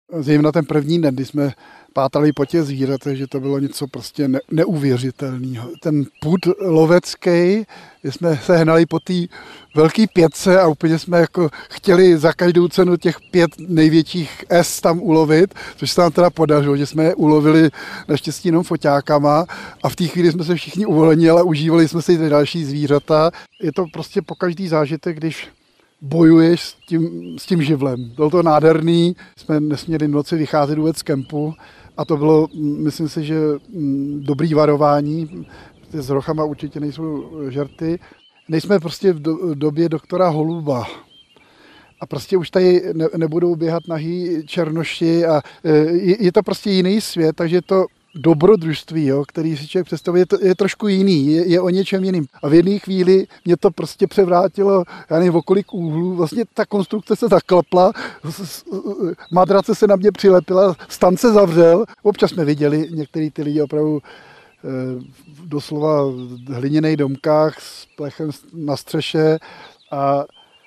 Zejména ten první den, kdy jsme pátrali po těch zvířatech, že to bylo něco prostě neuvěřitelného. Ten pud lovecký, kdy jsme se hnali po té velké pětce a úplně jsme jako chtěli za každou cenu těch 5 největších S tam ulovit, což se nám teda podařilo, že jsme je ulovili naštěstí jenom foťákama a v té chvíli jsme se všichni uvoleni, ale užívali jsme si ty další zvířata. Je to prostě pokaždý zážitek, když bojuješ s tím živlem. Bylo to nádherný, jsme nesměli v noci vycházet vůbec z kempu a to bylo, myslím si, že dobrý varování. S rochama určitě nejsou žerty. Nejsme prostě v době doktora Holuba. A prostě už tady nebudou běhat nahý černoši a je to prostě jiný svět, takže to dobrodružství, jo, který si člověk představuje, je trošku jiný, je o něčem jiným. A v jedné chvíli mě to prostě převrátilo, já nevím, o kolik úhlů, vlastně ta konstrukce se zaklapla, madrace se na mě přilepila, stan se zavřel. Občas jsme viděli některý ty lidi opravdu doslova v hliněných domkách s plechem na střeše a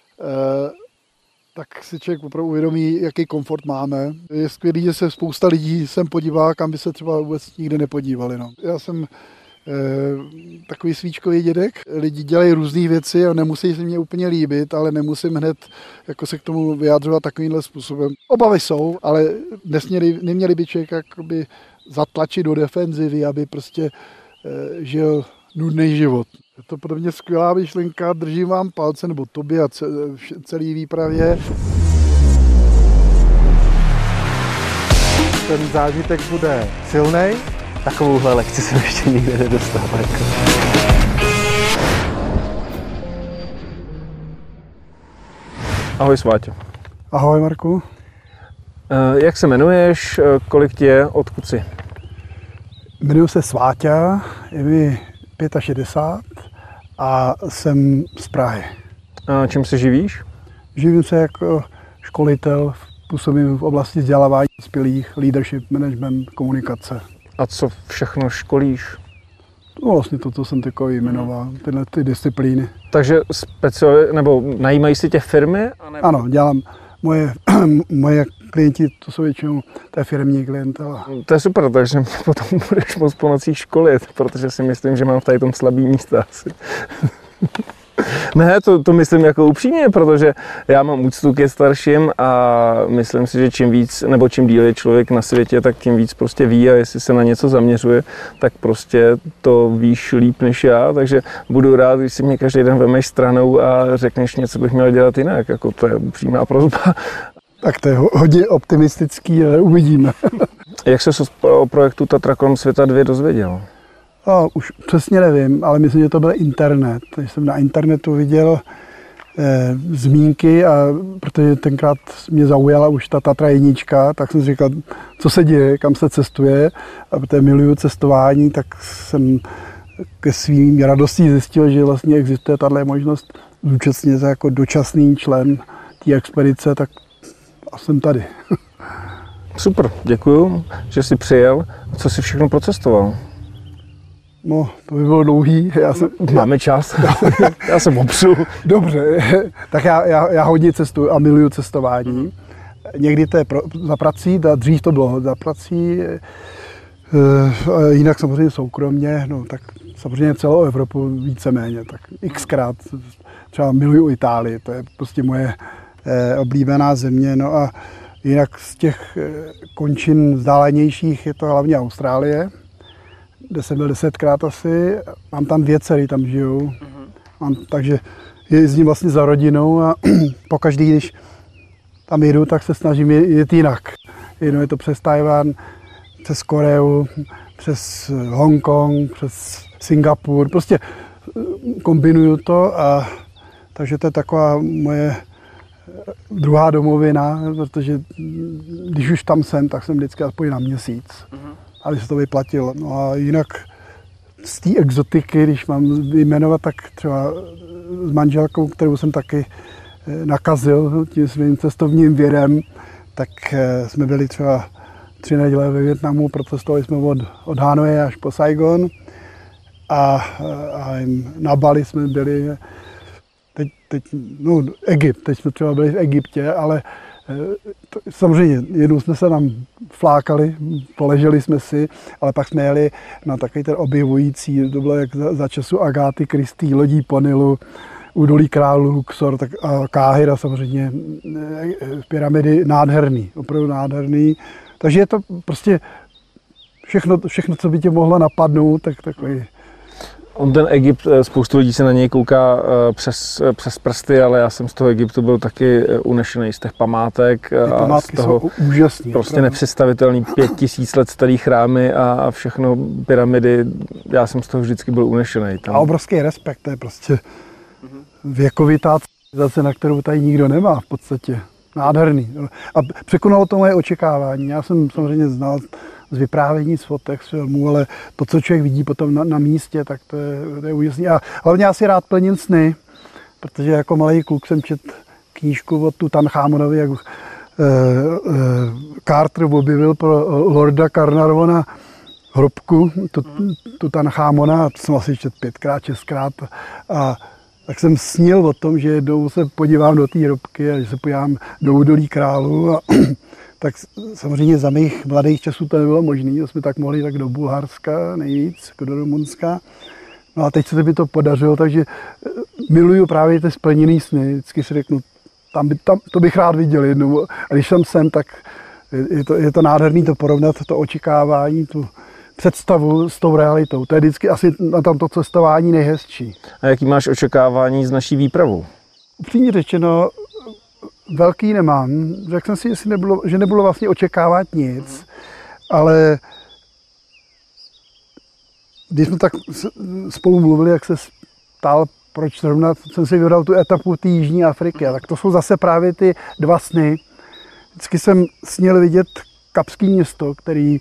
tak si člověk opravdu uvědomí, jaký komfort máme. Je skvělý, že se spousta lidí sem podívá, kam by se třeba vůbec nikdy nepodívali. No. Já jsem takový svíčkový dědek. Lidi dělají různé věci a nemusí se mě úplně líbit, ale nemusím hned jako se k tomu vyjádřovat takovýmhle způsobem. Obavy jsou, ale neměli by člověk jakoby zatlačit do defenzivy, aby prostě žil nudný život. Je to pro mě skvělá myšlenka, držím vám palce, nebo tobě a celý výpravě. Ten zážitek bude silnej. Takovouhle lekci jsem ještě nikdy nedostal. Ahoj Sváťo. Ahoj Marku. Jak se jmenuješ, kolik ti je, odkud jsi? Jmenuji se Sváťa, je mi 65 a jsem z Prahy. A čím se živíš? Živím se jako školitel, působím v oblasti vzdělávání dospělých, leadership, management, komunikace. A co všechno školíš? No vlastně to, co jsem takový jmenoval, tyhle ty disciplíny. Takže nebo najímají si tě firmy? Anebo... Ano, dělám moje klienti, to jsou většinou té firmní klientela. To je super, takže mě potom budeš moc pomocí školit, protože si myslím, že mám v tady tom slabý místa asi. Ne, to myslím jako upřímně, protože já mám úctu ke starším a myslím si, že čím víc, nebo čím díl je člověk na světě, tak tím víc prostě ví a jestli se na něco zaměřuje, tak prostě to víš líp než já, takže budu rád, když si mě každý den vemeš stranou a řekneš něco, bych měl dělat jinak, jako to je upřímná prosba. Tak to je hodně optimistický, ale uvidíme. Jak jsi o projektu Tatra kolem světa 2 dozvěděl? Už přesně nevím, ale myslím, že to byl internet. Když jsem na internetu viděl zmínky, a protože tenkrát mě zaujala už ta Tatra 1, tak jsem si říkal, co se děje, kam se cestuje. A protože miluju cestování, tak jsem ke svým radostí zjistil, že vlastně existuje tato možnost zúčastnit se jako dočasný člen té expedice, tak a jsem tady. Super, děkuju, že jsi přijel. Co jsi všechno procestoval? No, to by bylo dlouhý. Máme čas. Já jsem opřu. Dobře, tak já hodně cestuju a miluju cestování. Někdy to je za prací, dřív to bylo za prací, jinak samozřejmě soukromně, no tak samozřejmě celou Evropu víceméně, tak xkrát. Třeba miluju Itálii, to je prostě moje oblíbená země, no a jinak z těch končin vzdálenějších je to hlavně Austrálie, kde jsem byl 10krát asi, mám tam 2 dcery, tam žijou, takže jezdím vlastně za rodinou a pokaždý, když tam jedu, tak se snažím jet jinak. Jednou je to přes Tajvan, přes Koreu, přes Hongkong, přes Singapur, prostě kombinuju to a takže to je taková moje druhá domovina, protože když už tam jsem, tak jsem vždycky aspoň na měsíc, aby se to vyplatilo. No a jinak z té exotiky, když mám vyjmenovat, tak třeba s manželkou, kterou jsem taky nakazil tím svým cestovním virem, tak jsme byli třeba 3 neděle ve Vietnamu, procestovali jsme od Hanoje až po Saigon a na Bali jsme byli, teď Egypt, teď jsme třeba byli v Egyptě, ale Samozřejmě, jednou jsme se tam flákali, poleželi jsme si, ale pak jsme jeli na takový ten objevující, to bylo jak za času Agáty Christie, lodí po Nilu, údolí králů Luxor, tak a Káhira samozřejmě, pyramidy nádherný, opravdu nádherný. Takže je to prostě všechno, co by tě mohlo napadnout, tak takový. On ten Egypt, spoustu lidí se na něj kouká přes prsty, ale já jsem z toho Egyptu byl taky unešený z těch památek. Ty památky z toho jsou úžasný. Prostě nepředstavitelný 5000 let starý chrámy a všechno pyramidy. Já jsem z toho vždycky byl unešený. A obrovský respekt, to je prostě věkovitá civilizace, na kterou tady nikdo nemá v podstatě. Nádherný. A překonalo to moje očekávání. Já jsem samozřejmě znal z vyprávění, z fotek, z filmů, ale to, co člověk vidí potom na místě, tak to je úžasný. A hlavně já si rád plním sny, protože jako malý kluk jsem četl knížku od Tutanchamonovi, jak Carter objevil pro Lorda Carnarvona hrobku Tutanchamona, to jsem asi četl 5krát, 6krát. A tak jsem snil o tom, že jednou se podívám do té hrobky a že se podívám do údolí králů. A tak samozřejmě za mých mladých časů to nebylo možné, že jsme tak mohli tak do Bulharska nejvíc, jako do Rumunska. No a teď se mi to podařilo, takže miluju právě ty splněný sny. Vždycky si řeknu, to bych rád viděl jednou. A když jsem, tak je to nádherný to porovnat, to očekávání, tu představu s tou realitou. To je vždycky asi na tomto cestování nejhezčí. A jaký máš očekávání s naší výpravou? Upřímně řečeno, velký nemám. Řekl jsem si, že nebylo vlastně očekávat nic, ale když jsme tak spolu mluvili, jak se ptal, proč zrovna jsem si vybral tu etapu té Jižní Afriky, tak to jsou zase právě ty dva sny. Vždycky jsem sněl vidět Kapský město, který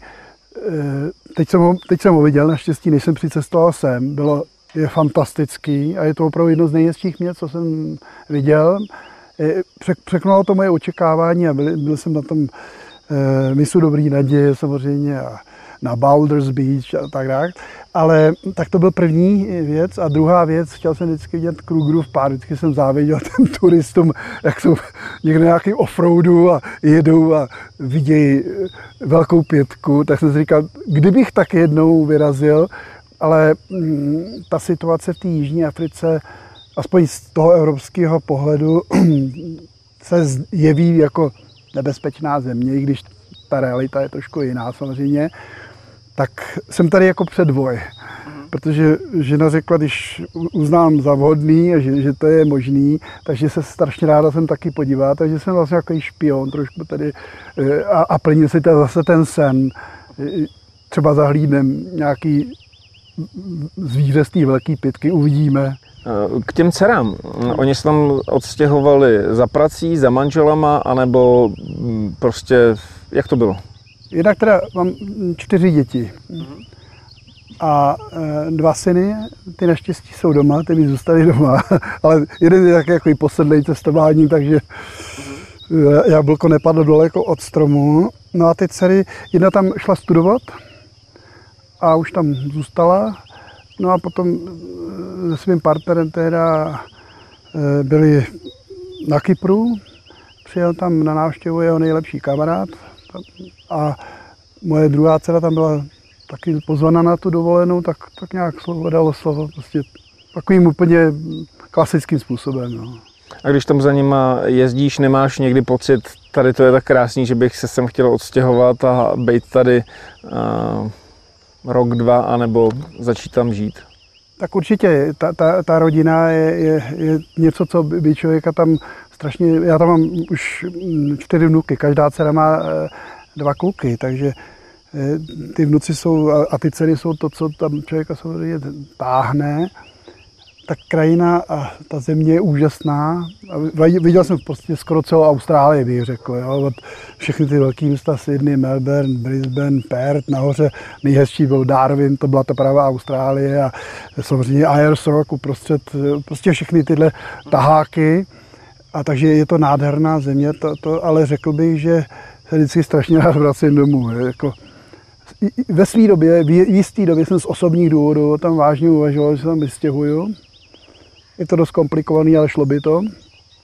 teď jsem ho viděl, naštěstí, než jsem přicestoval sem. Je fantastický a je to opravdu jedno z nejhezčích měst, co jsem viděl. Překonalo to moje očekávání a byl jsem na tom mysu Dobrý naděje samozřejmě a na Boulders Beach a tak dále. Ale tak to byl první věc a druhá věc, chtěl jsem vždycky vidět Krugerův pád, vždycky jsem záviděl těm turistům, jak jsou někde nějaký offroadu a jedou a vidějí velkou pětku, tak jsem si říkal, kdybych tak jednou vyrazil, ale ta situace v té Jižní Africe, aspoň z toho evropského pohledu, se jeví jako nebezpečná země, i když ta realita je trošku jiná samozřejmě, tak jsem tady jako předvoj. Protože žena řekla, když uznám za vhodný, že to je možný, takže se strašně ráda jsem taky podívat, takže jsem vlastně takový špion trošku tady a plnil si zase ten sen. Třeba zahlídnem nějaký zvíře z té velké pytky, uvidíme. K těm dcerám, oni se tam odstěhovali za prací, za manželama, anebo prostě, jak to bylo? Jednak teda mám 4 děti a 2 syny, ty naštěstí jsou doma, ty mi zůstaly doma, ale jeden je takový posedlej cestováním, takže jablko nepadlo daleko od stromu. No a ty dcery, jedna tam šla studovat a už tam zůstala, no a potom se svým partnerem teda byli na Kypru, přijel tam na návštěvu jeho nejlepší kamarád a moje druhá dcera tam byla taky pozvaná na tu dovolenou, tak nějak hledalo slovo, prostě takovým úplně klasickým způsobem. No. A když tam za nima jezdíš, nemáš někdy pocit, tady to je tak krásný, že bych se sem chtěl odstěhovat a být tady rok, 2, anebo začít tam žít? Tak určitě, ta rodina je něco, co by člověka tam strašně, já tam mám už 4 vnuky, každá dcera má 2 kluky, takže ty vnuci jsou a ty dcery jsou to, co tam člověka samozřejmě táhne. Ta krajina a ta země je úžasná. A viděl jsem prostě skoro celou Austrálii, bych řekl. Jo? Od všechny ty velké města, Sydney, Melbourne, Brisbane, Perth, nahoře nejhezčí byl Darwin, to byla ta pravá Austrálie a samozřejmě Ayers Rock uprostřed, prostě všechny tyhle taháky. A takže je to nádherná země, ale řekl bych, že se vždycky strašně rád vracím domů. Jako, ve své době, v jisté době jsem z osobních důvodů tam vážně uvažoval, že se tam vystěhuju. Je to dost komplikovaný, ale šlo by to.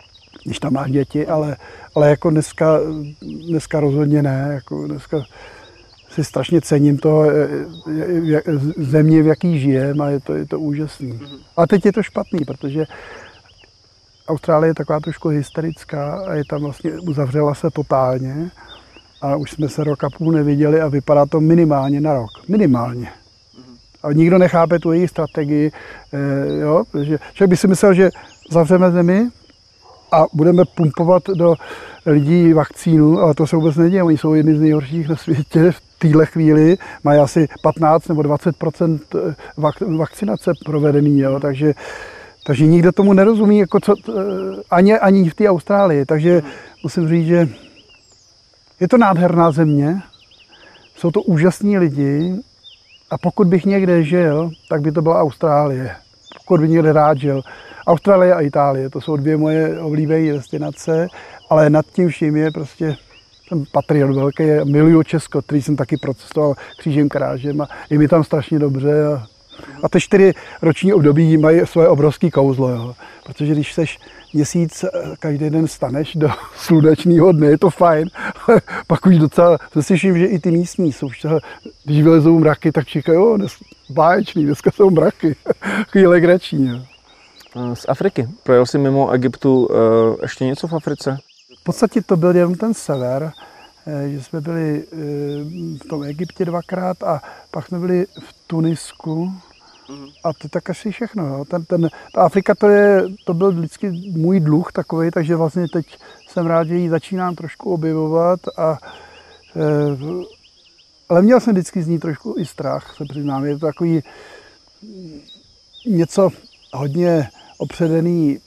když tam máš děti, ale jako dneska rozhodně ne, jako dneska si strašně cením toho země, v jaký žijem a je to úžasný. A teď je to špatný, protože Austrálie je taková trošku hysterická a je tam vlastně uzavřela se totálně a už jsme se rok a půl neviděli a vypadá to minimálně na rok. Minimálně. A nikdo nechápe tu jejich strategii, jo, protože člověk by si myslel, že zavřeme zemi a budeme pumpovat do lidí vakcínu, ale to se vůbec neděje. Oni jsou jedni z nejhorších na světě v téhle chvíli. Mají asi 15 nebo 20% vakcinace provedený, jo, takže nikdo tomu nerozumí, jako ani v té Austrálii. Takže musím říct, že je to nádherná země, jsou to úžasní lidi a pokud bych někde žil, tak by to byla Austrálie. Pokud bych někde rád žil. Austrálie a Itálie, to jsou dvě moje oblíbené destinace, ale nad tím vším je prostě, jsem patriot velký, miluju Česko, který jsem taky procestoval křížem krážem a je mi tam strašně dobře. A ty 4 roční období mají svoje obrovské kouzlo, jo. Protože když seš měsíc, každý den staneš do slunečného dne, je to fajn, ale pak už docela slyším, že i ty místní jsou, když vylezou mraky, tak čekají, jo, báječný, dneska jsou mraky, takový legrační. Jo. Z Afriky. Projel jsi mimo Egyptu ještě něco v Africe? V podstatě to byl jenom ten sever, že jsme byli v tom Egyptě 2krát a pak jsme byli v Tunisku a to tak asi všechno. Jo. Ta Afrika to byl vždycky můj dluh takový, takže vlastně teď jsem rád, že ji začínám trošku objevovat ale měl jsem vždycky z ní trošku i strach, se přiznám. Je to takový něco hodně opředený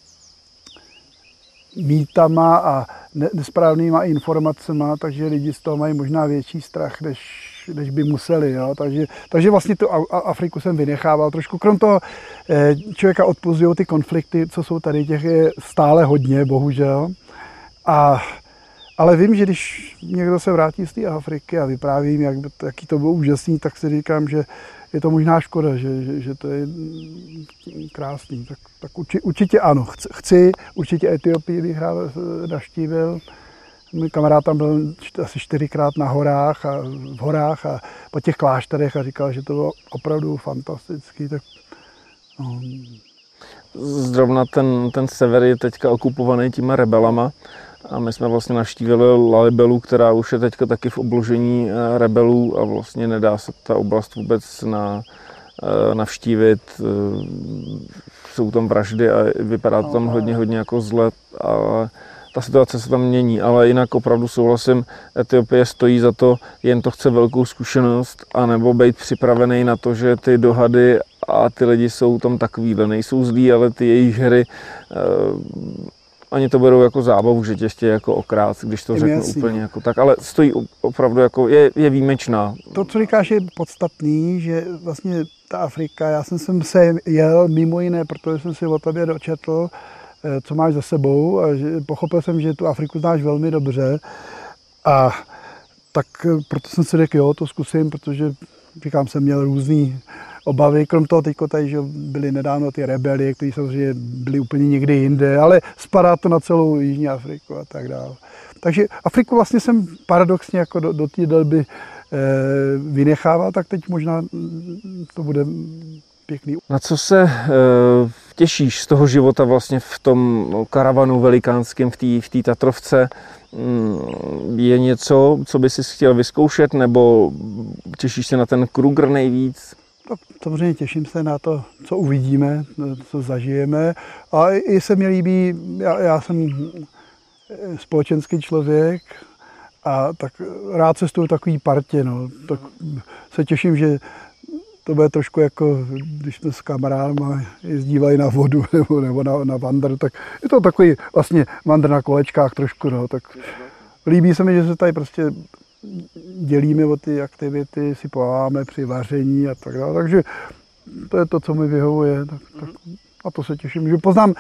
mýtama a nesprávnýma informacema, takže lidi z toho mají možná větší strach, než by museli. Jo? Takže vlastně tu Afriku jsem vynechával trošku. Krom toho člověka odpuzují ty konflikty, co jsou tady, těch je stále hodně, bohužel. Ale vím, že když někdo se vrátí z té Afriky a vypráví jim, jaký to bylo úžasný, tak si říkám, že je to možná škoda, že to je krásný. Tak určitě ano, chci, určitě Etiopii bych rád navštívil. Můj kamarád tam byl asi 4krát v horách a po těch klášterech a říkal, že to bylo opravdu fantastický. Tak, no. Zrovna ten sever je teďka okupovaný těma rebelama. A my jsme vlastně navštívili Lalibelu, která už je teďka taky v obložení rebelů a vlastně nedá se ta oblast vůbec navštívit. Jsou tam vraždy a vypadá to tam hodně jako zle. Ale ta situace se tam mění, ale jinak opravdu souhlasím, Etiopie stojí za to, jen to chce velkou zkušenost, anebo být připravený na to, že ty dohady a ty lidi jsou tam takovýhle, nejsou zlí, ale ty jejich hry oni to berou jako zábavu, že tě chtějí jako okrát, když to řeknu úplně jako tak, ale stojí opravdu jako, je výjimečná. To, co říkáš, je podstatný, že vlastně ta Afrika, já jsem se jel mimo jiné, protože jsem si o tobě dočetl, co máš za sebou a pochopil jsem, že tu Afriku znáš velmi dobře a tak proto jsem si řekl, jo, to zkusím, protože říkám, jsem měl různý obavy, krom toho teďko tady, že byly nedávno ty rebelie, které samozřejmě byly úplně někde jinde, ale spadá to na celou Jižní Afriku a tak dále. Takže Afriku vlastně jsem paradoxně jako do té doby vynechával, tak teď možná to bude pěkný. Na co se těšíš z toho života vlastně v tom karavanu velikánském, v té Tatrovce? Je něco, co by si chtěl vyzkoušet, nebo těšíš se na ten Kruger nejvíc? Samozřejmě těším se na to, co uvidíme, co zažijeme. A i se mi líbí, já jsem společenský člověk a tak rád cestuju takový partě. No. Tak se těším, že to bude trošku jako, když jsme s kamarádama jezdívali na vodu nebo na vandr, tak je to takový vlastně vandr na kolečkách trošku. No. Tak líbí se mi, že se tady prostě dělíme o ty aktivity, si pomáháme při vaření a tak dále. Takže to je to, co mi vyhovuje. Tak, a to se těším, že poznám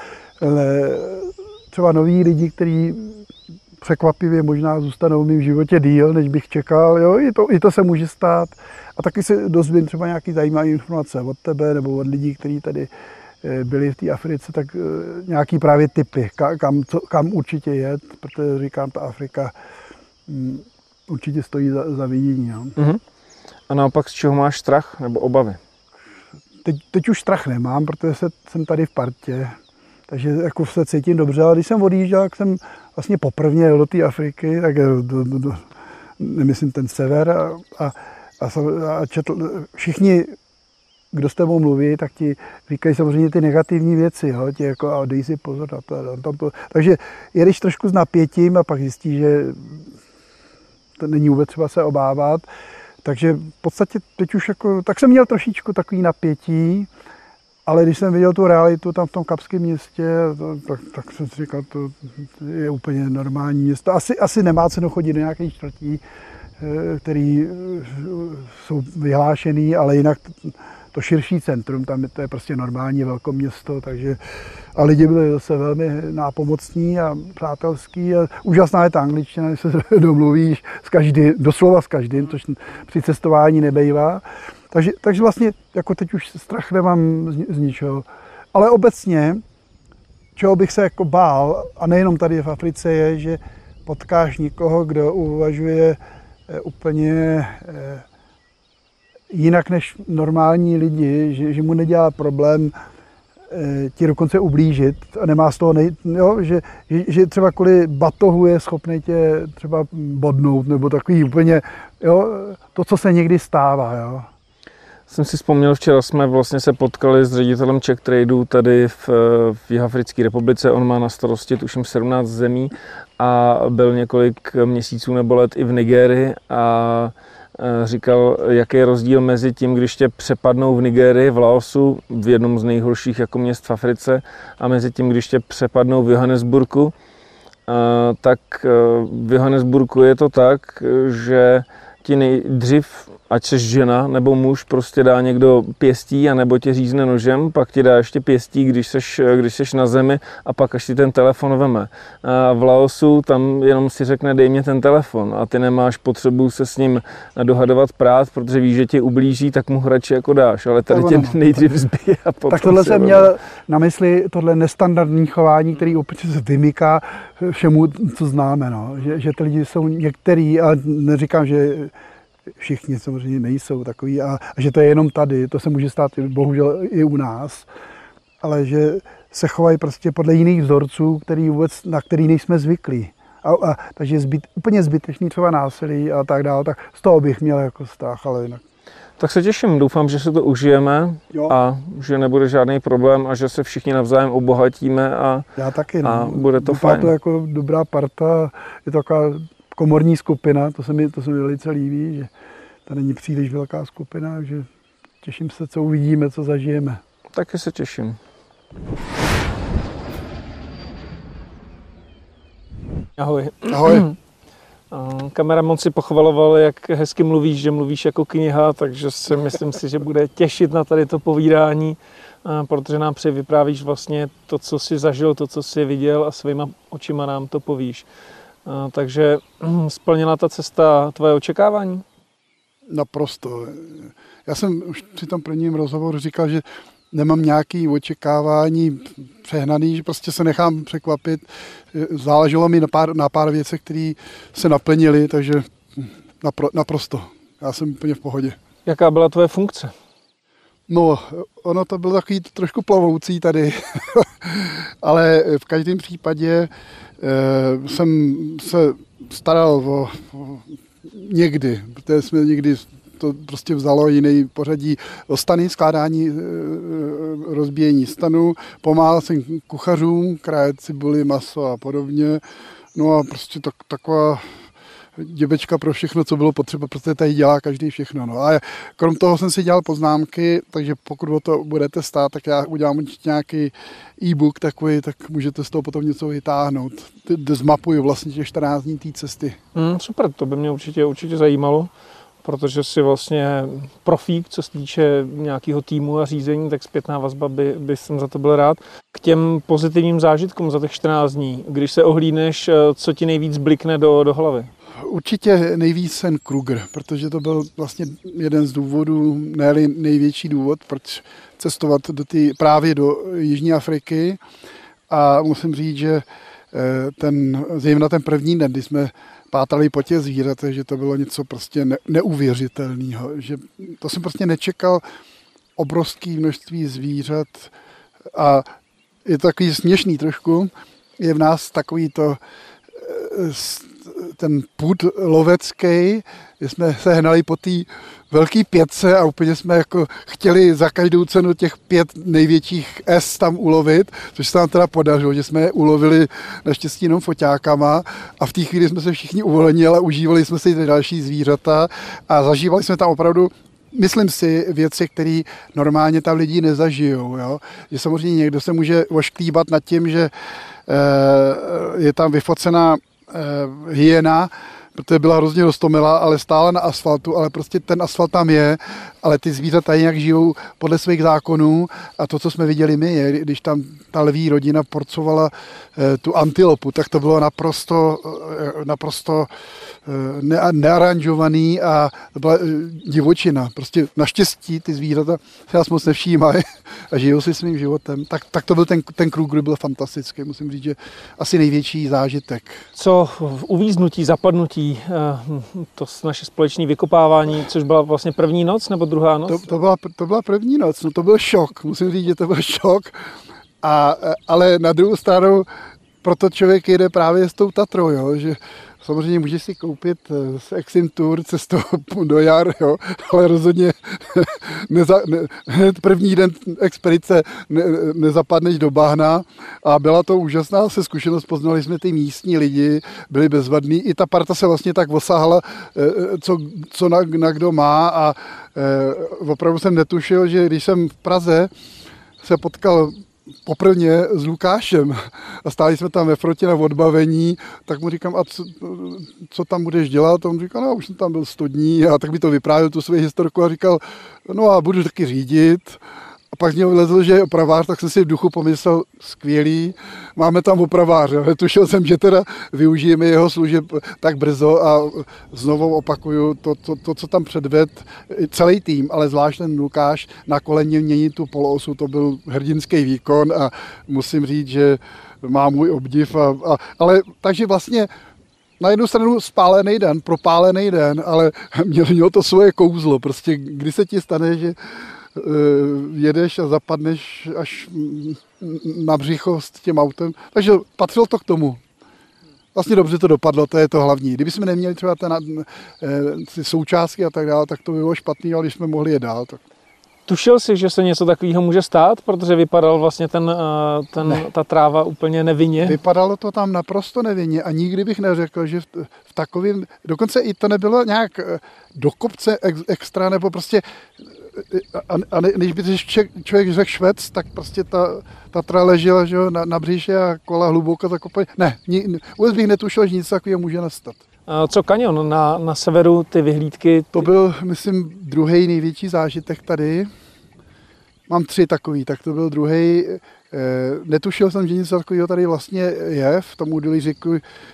třeba nový lidi, kteří překvapivě možná zůstanou v mém životě díl, než bych čekal. Jo? I to se může stát. A taky se dozvím třeba nějaký zajímavé informace od tebe nebo od lidí, kteří tady byli v té Africe, tak nějaký právě typy, kam určitě jet, protože říkám, ta Afrika určitě stojí za vidění. No. A naopak z čeho máš strach nebo obavy? Teď už strach nemám, protože jsem tady v partě, takže jako se cítím dobře, ale když jsem odjížděl, tak jsem vlastně poprvně jel do té Afriky, tak nemyslím ten sever a četl, všichni, kdo s tebou mluví, tak ti říkají samozřejmě ty negativní věci, jo, ti jako a dej si pozor na to. Takže jedeš trošku s napětím a pak zjistíš, že to není vůbec třeba se obávat. Takže v podstatě teď už jako, tak jsem měl trošičku takový napětí, ale když jsem viděl tu realitu tam v tom Kapském městě, tak jsem si říkal, to je úplně normální město. Asi nemá cenu chodit do nějakých čtvrtí, který jsou vyhlášený, ale jinak to širší centrum, tam to je prostě normální velkoměsto, takže a lidi byli zase velmi nápomocní a přátelský a úžasná je ta angličtina, když se domluvíš doslova s každým, což při cestování nebejvá. Takže vlastně jako teď už strach nemám z ničeho. Ale obecně, čeho bych se jako bál, a nejenom tady v Africe, je, že potkáš někoho, kdo uvažuje úplně jinak než normální lidi, že mu nedělá problém ti dokonce ublížit a nemá z toho že třeba kvůli batohu je schopný tě třeba bodnout nebo takový úplně, jo, to, co se někdy stává. Jo. Jsem si vzpomněl, včera jsme vlastně se potkali s ředitelem Czech Tradu tady v Jihoafrické republice. On má na starosti tuším 17 zemí a byl několik měsíců nebo let i v Nigérii a říkal, jaký je rozdíl mezi tím, když tě přepadnou v Nigérii, v Laosu, v jednom z nejhorších jako měst v Africe, a mezi tím, když tě přepadnou v Johannesburgu, tak v Johannesburgu je to tak, že ti nejdřív, ať seš žena nebo muž, prostě dá někdo pěstí a nebo tě řízne nožem, pak ti dá ještě pěstí, když seš na zemi a pak až ti ten telefon veme. A v Laosu tam jenom si řekne, dej mě ten telefon a ty nemáš potřebu se s ním dohadovat prát, protože víš, že tě ublíží, tak mu ho radši jako dáš, ale tady tě nejdřív zbije a potom. Tak tohle jsem měl na mysli, tohle nestandardní chování, který úplně se vymyká všemu, co známe, no. Že ty lidi jsou některý, ale neříkám, že všichni samozřejmě nejsou takový a že to je jenom tady, to se může stát bohužel i u nás, ale že se chovají prostě podle jiných vzorců, na který nejsme zvyklí. Takže je úplně zbytečný třeba násilí a tak dále, tak z toho bych měl jako strach, ale jinak. Tak se těším, doufám, že si to užijeme a že nebude žádný problém a že se všichni navzájem obohatíme Já taky, a bude to fajn. To jako dobrá parta, je to taková komorní skupina, to se mi velice líbí, že to není příliš velká skupina, takže těším se, co uvidíme, co zažijeme. Taky se těším. Ahoj. Ahoj. Kameramon si pochvaloval, jak hezky mluvíš, že mluvíš jako kniha, takže si myslím si, že bude těšit na tady to povídání, protože nám vyprávíš vlastně to, co jsi zažil, to, co jsi viděl a svýma očima nám to povíš. Takže splnila ta cesta tvoje očekávání? Naprosto. Já jsem už při tom prvním rozhovoru říkal, že nemám nějaké očekávání přehnaný, že prostě se nechám překvapit. Záleželo mi na pár věcech, které se naplnily, takže naprosto. Já jsem úplně v pohodě. Jaká byla tvoje funkce? No, ono to bylo takový trošku plovoucí tady, ale v každém případě jsem se staral o někdy, protože jsme někdy to prostě vzalo jiný pořadí o stany, skládání, rozbíjení stanů, pomáhal jsem kuchařům, krájet cibuli, maso a podobně, no a prostě taková děbečka pro všechno, co bylo potřeba, protože tady dělá každý všechno. No. A krom toho jsem si dělal poznámky, takže pokud o to budete stát, tak já udělám určitě nějaký e-book takový, tak můžete z toho potom něco vytáhnout. Zmapuju vlastně těch 14 dní té cesty. Super, to by mě určitě zajímalo, protože jsi vlastně profík, co se týče nějakého týmu a řízení, tak zpětná vazba by jsem za to byl rád. K těm pozitivním zážitkům za těch 14 dní, když se ohlídneš, co ti nejvíc blikne do hlavy? Určitě nejvíc ten Kruger, protože to byl vlastně jeden z důvodů, ne největší důvod, proč cestovat právě do Jižní Afriky. A musím říct, že zejména ten první den, kdy jsme pátrali po těch zvířatech, že to bylo něco prostě neuvěřitelného. Že to jsem prostě nečekal, obrovské množství zvířat a je to takový směšný trošku. Je v nás takový ten pud lovecký, kdy jsme se hnali po té velké pětce a úplně jsme jako chtěli za každou cenu těch 5 největších S tam ulovit, což se nám teda podařilo, že jsme je ulovili naštěstí jenom foťákama a v té chvíli jsme se všichni uvolnili, ale užívali jsme si ty další zvířata a zažívali jsme tam opravdu, myslím si, věci, které normálně tam lidi nezažijou. Jo? Že samozřejmě někdo se může ošklíbat nad tím, že je tam vyfocená hyena, protože byla hrozně roztomilá, ale stále na asfaltu, ale prostě ten asfalt tam je, ale ty zvířata jinak žijou podle svých zákonů a to, co jsme viděli my, je, když tam ta lví rodina porcovala tu antilopu, tak to bylo naprosto nearanžovaný a to byla divočina. Prostě naštěstí ty zvířata se nás moc nevšímají a žijou si svým životem. Tak to byl ten Kruger, byl fantastický, musím říct, že asi největší zážitek. Co uvíznutí, zapadnutí, to naše společné vykopávání, což byla vlastně první noc nebo druhá noc? To byla první noc, no to byl šok, musím říct, že to byl šok, ale na druhou stranu proto člověk jede právě s tou Tatrou, jo, že samozřejmě můžeš si koupit z Exim Tour cestu do Jar, jo, ale rozhodně hned první den expedice nezapadneš do bahna a byla to úžasná zkušenost, poznali jsme ty místní lidi, byli bezvadní, i ta parta se vlastně tak osáhla, co na kdo má a opravdu jsem netušil, že když jsem v Praze se potkal poprvně s Lukášem a stáli jsme tam ve Frotě na odbavení, tak mu říkám, a co tam budeš dělat? A on říkal, no už jsem tam byl 100 dní a tak mi to vyprávěl tu svoji historku a říkal, no a budu taky řídit. A pak z něho vylezl, že je opravář, tak jsem si v duchu pomyslel, skvělý, máme tam opraváře. Ale tušil jsem, že teda využijeme jeho služeb tak brzo a znovu opakuju to, co tam předved celý tým, ale zvlášť ten Lukáš na koleně měnit tu poloosu, to byl hrdinský výkon a musím říct, že má můj obdiv. Ale takže vlastně na jednu stranu spálený den, propálený den, ale mělo to svoje kouzlo. Prostě kdy se ti stane, že jedeš a zapadneš až na břicho s tím autem. Takže patřilo to k tomu. Vlastně dobře to dopadlo, to je to hlavní. Kdybychom neměli třeba ty součástky a tak dále, tak to by bylo špatný, ale když jsme mohli jet dál. Tak. Tušil jsi, že se něco takového může stát, protože vypadal vlastně ta tráva úplně nevinně? Vypadalo to tam naprosto nevinně a nikdy bych neřekl, že v takovém, dokonce i to nebylo nějak do kopce extra, nebo prostě a než by člověk řekl švec, tak prostě ta Tatra ležela, že jo, na břiše a kola hluboko zakopaný. Ne, vůbec bych netušil, že nic takového může nastat. Co kanion na severu, ty vyhlídky? To byl, myslím, druhý největší zážitek tady. Mám 3 takový, tak to byl druhý. Netušil jsem, že něco takového tady vlastně je, v tom údolí řeku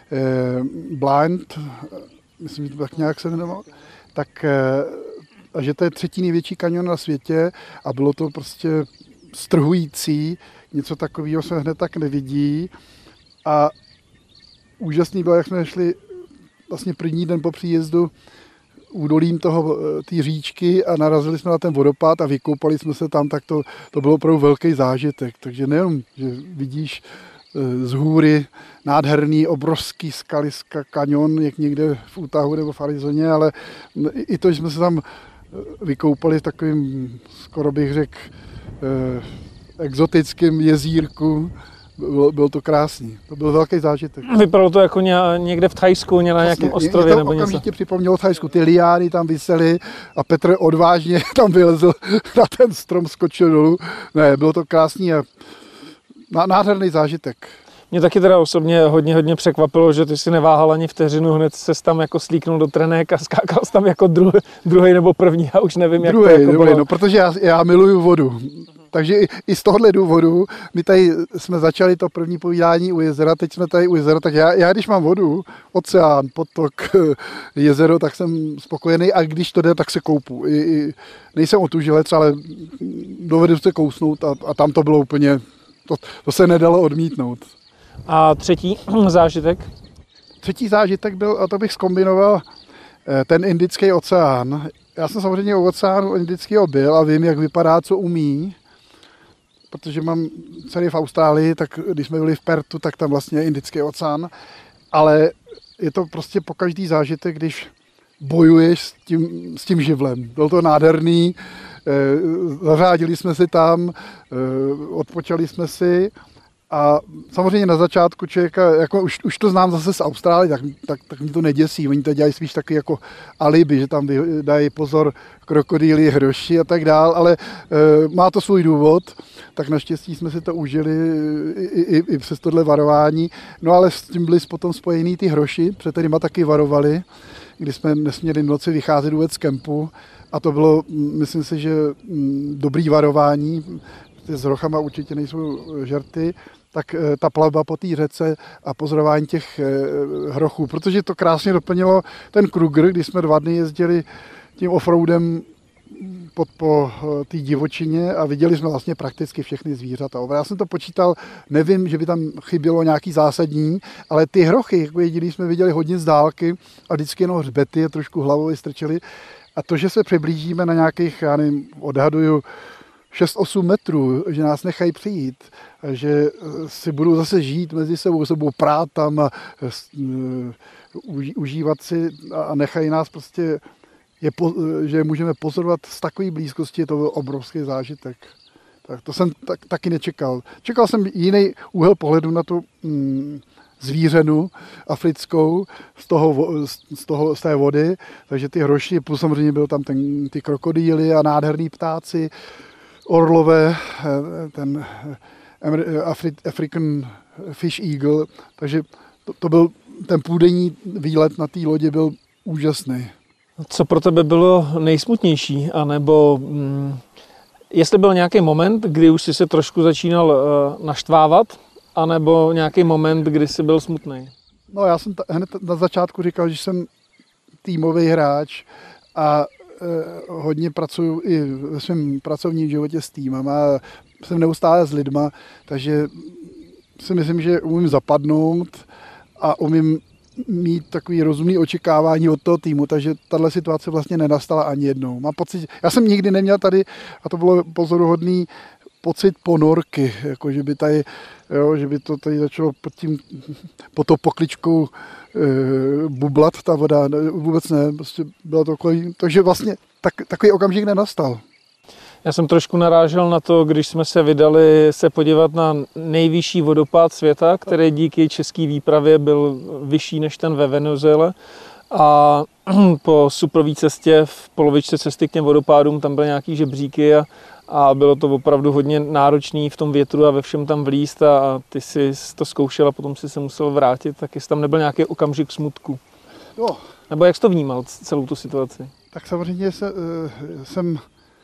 Blind, myslím, že to tak nějak se jmenoval. Tak a že to je 3. největší kanion na světě a bylo to prostě strhující, něco takového se hned tak nevidí a úžasný bylo, jak jsme šli vlastně první den po příjezdu údolím té říčky a narazili jsme na ten vodopád a vykoupali jsme se tam, tak to bylo opravdu velký zážitek, takže nejenom, že vidíš z hůry nádherný, obrovský skaliska kanion, jak někde v Utahu nebo v Arizoně, ale i to, že jsme se tam vykoupali v takovým, skoro bych řekl, exotickém jezírku. Bylo to krásný. To byl velký zážitek. Vypadalo to jako někde v Thajsku, na nějakém ostrově nebo něco. Okamžitě připomnělo Thajsku. Ty liány tam visely a Petr odvážně tam vylezl na ten strom, skočil dolů. Ne, bylo to krásný a nádherný zážitek. Mě taky teda osobně hodně překvapilo, že ty si neváhal ani vteřinu, hned ses tam jako slíknul do trenek a skákal tam jako druhý nebo první, já už nevím, jak to jako bylo. No, protože já miluju vodu. Takže i z tohohle důvodu my tady jsme začali to první povídání u jezera, teď jsme tady u jezera, tak já když mám vodu, oceán, potok, jezero, tak jsem spokojený a když to jde, tak se koupu. Nejsem otužilec, ale dovedu se kousnout a tam to bylo úplně, to se nedalo odmítnout. A třetí zážitek? Třetí zážitek byl, a to bych zkombinoval, ten Indický oceán. Já jsem samozřejmě u oceánu Indického byl a vím, jak vypadá, co umí, protože mám dcery v Austrálii, tak když jsme byli v Pertu, tak tam vlastně je Indický oceán, ale je to prostě pokaždý zážitek, když bojuješ s tím živlem. Bylo to nádherný, zařádili jsme si tam, odpočali jsme si. A samozřejmě na začátku člověka, jako už to znám zase z Austrálie, tak mě to neděsí. Oni to dělají spíš taky jako alibi, že tam dají pozor krokodýly, hroši a tak dál, ale má to svůj důvod, tak naštěstí jsme si to užili i přes tohle varování. No ale s tím byli potom spojení ty hroši, před kterýma taky varovali, kdy jsme nesměli v noci vycházet vůbec z kempu a to bylo, myslím si, že dobrý varování, s hrochama určitě nejsou žerty, tak ta plavba po té řece a pozorování těch hrochů, protože to krásně doplnilo ten Kruger, když jsme 2 dny jezdili tím offroadem po té divočině a viděli jsme vlastně prakticky všechny zvířata. Já jsem to počítal, nevím, že by tam chybělo nějaký zásadní, ale ty hrochy, jako jediný jsme viděli hodně z dálky a vždycky jenom hřbety je trošku hlavou vystrčili. A to, že se přiblížíme na nějakých, já nevím, odhaduju 6-8 metrů, že nás nechají přijít, že si budou zase žít mezi sebou, se budou prát tam a užívat si a nechají nás prostě, že můžeme pozorovat z takové blízkosti, je to obrovský zážitek. Tak to jsem taky nečekal. Čekal jsem jiný úhel pohledu na tu zvířenu africkou z té vody, takže ty hroši, plus samozřejmě byl tam ty krokodýly a nádherný ptáci, orlové, ten African Fish Eagle, takže to byl ten půldenní výlet na té lodě byl úžasný. Co pro tebe bylo nejsmutnější, anebo jestli byl nějaký moment, kdy už jsi se trošku začínal naštvávat, anebo nějaký moment, kdy jsi byl smutný? No já jsem hned na začátku říkal, že jsem týmový hráč a hodně pracuji i ve svém pracovním životě s týmem a jsem neustále s lidma, takže si myslím, že umím zapadnout a umím mít takový rozumný očekávání od toho týmu, takže tahle situace vlastně nenastala ani jednou. Mám pocit, já jsem nikdy neměl tady, a to bylo pozoruhodný, pocit ponorky, jako že by tady, že by to tady začalo pod tou pokličkou bublat ta voda, vůbec ne, prostě bylo to takový, takže vlastně takový okamžik nenastal. Já jsem trošku narážel na to, když jsme se vydali se podívat na nejvyšší vodopád světa, který díky české výpravě byl vyšší než ten ve Venezuele. A po suprové cestě v polovičce cesty k těm vodopádům tam byly nějaký žebříky a bylo to opravdu hodně náročný v tom větru a ve všem tam vlízt a ty si to zkoušel a potom si se musel vrátit, tak jestli tam nebyl nějaký okamžik smutku. No. Nebo jak jsi to vnímal, celou tu situaci? Tak samozřejmě jsem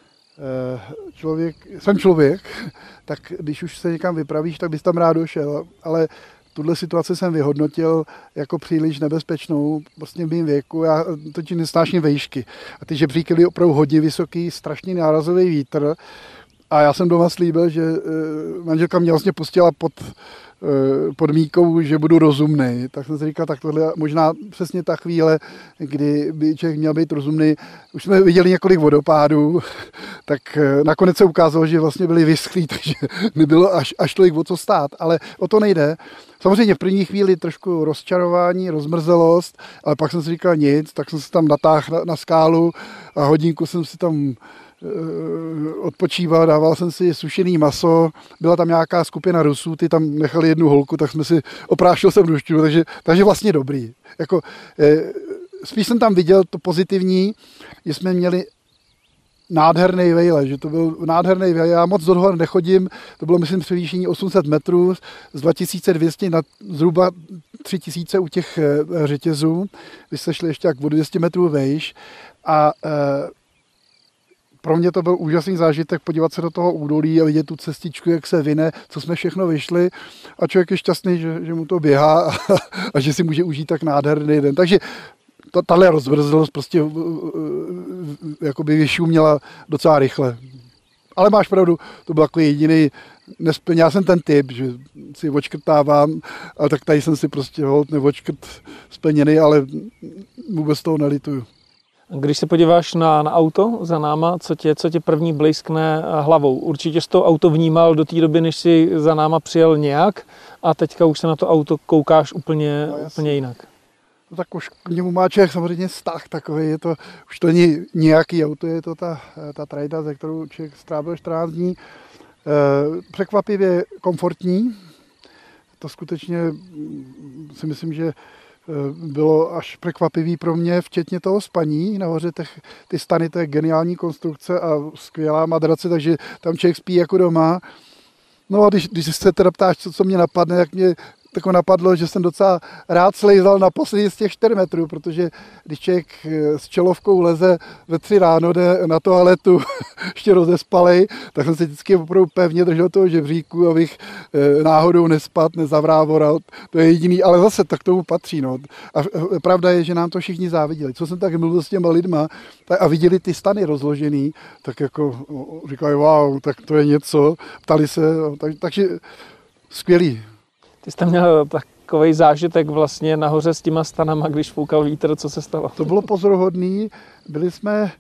člověk, tak když už se někam vypravíš, tak bys tam rád došel, ale tuhle situaci jsem vyhodnotil jako příliš nebezpečnou vlastně v mým věku. Já totiž nesnáším vejšky. A ty žebříky byly opravdu hodně vysoký, strašný nárazový vítr. A já jsem doma slíbil, že manželka mě vlastně pustila pod míkou, že budu rozumnej. Tak jsem si říkal, tak tohle je možná přesně ta chvíle, kdy by člověk měl být rozumný. Už jsme viděli několik vodopádů, tak nakonec se ukázalo, že vlastně byli vyschlí, takže nebylo až tolik o co stát, ale o to nejde. Samozřejmě v první chvíli trošku rozčarování, rozmrzelost, ale pak jsem si říkal nic, tak jsem se tam natáhl na skálu a hodinku jsem si tam odpočíval, dával jsem si sušený maso, byla tam nějaká skupina Rusů, ty tam nechali jednu holku, tak jsme si oprášil jsem dušťu, takže vlastně dobrý. Jako, spíš jsem tam viděl to pozitivní, že jsme měli nádherný vejle, že to byl nádherný vejle. Já moc do toho nechodím, to bylo myslím převýšení 800 metrů z 2200 na zhruba 3000 u těch řetězů. Vy jste šli ještě jak o 200 metrů vejš a pro mě to byl úžasný zážitek podívat se do toho údolí a vidět tu cestičku, jak se vyne, co jsme všechno vyšli a člověk je šťastný, že mu to běhá a že si může užít tak nádherný den. Takže tahle rozmrzlost prostě jakoby vyšuměla docela rychle. Ale máš pravdu, to byl takový jediný nesplně. Já jsem ten typ, že si očkrtávám, ale tak tady jsem si prostě neočkrt splněný, ale vůbec toho nelituju. Když se podíváš na auto za náma, co tě první blízkne hlavou? Určitě jsi to auto vnímal do té doby, než jsi za náma přijel nějak a teďka už se na to auto koukáš úplně jinak. No tak už k němu má člověk samozřejmě vztah takový, už to není nějaký auto, je to ta trajda, ze kterou člověk strávil 14 dní. Překvapivě komfortní, to skutečně si myslím, že bylo až překvapivý pro mě, včetně toho spaní. Nahoře ty stany, to je geniální konstrukce a skvělá madrace, takže tam člověk spí jako doma. No a když se teda ptáš, co mě napadne, jak mě tako napadlo, že jsem docela rád slejzal naposledy z těch 4 metrů, protože když člověk s čelovkou leze ve 3 ráno, jde na toaletu ještě rozespalej, tak jsem se vždycky opravdu pevně držel toho žebříku, abych náhodou nespadl, nezavrávoral. To je jediný, ale zase tak tomu patří. No. A pravda je, že nám to všichni záviděli. Co jsem tak mluvil s těma lidma a viděli ty stany rozložený, tak jako říkali, wow, tak to je něco. Ptali se, takže skvělý. Ty jsi měl takový zážitek vlastně nahoře s těma stanama, když foukal vítr, co se stalo? To bylo pozoruhodný. Byli jsme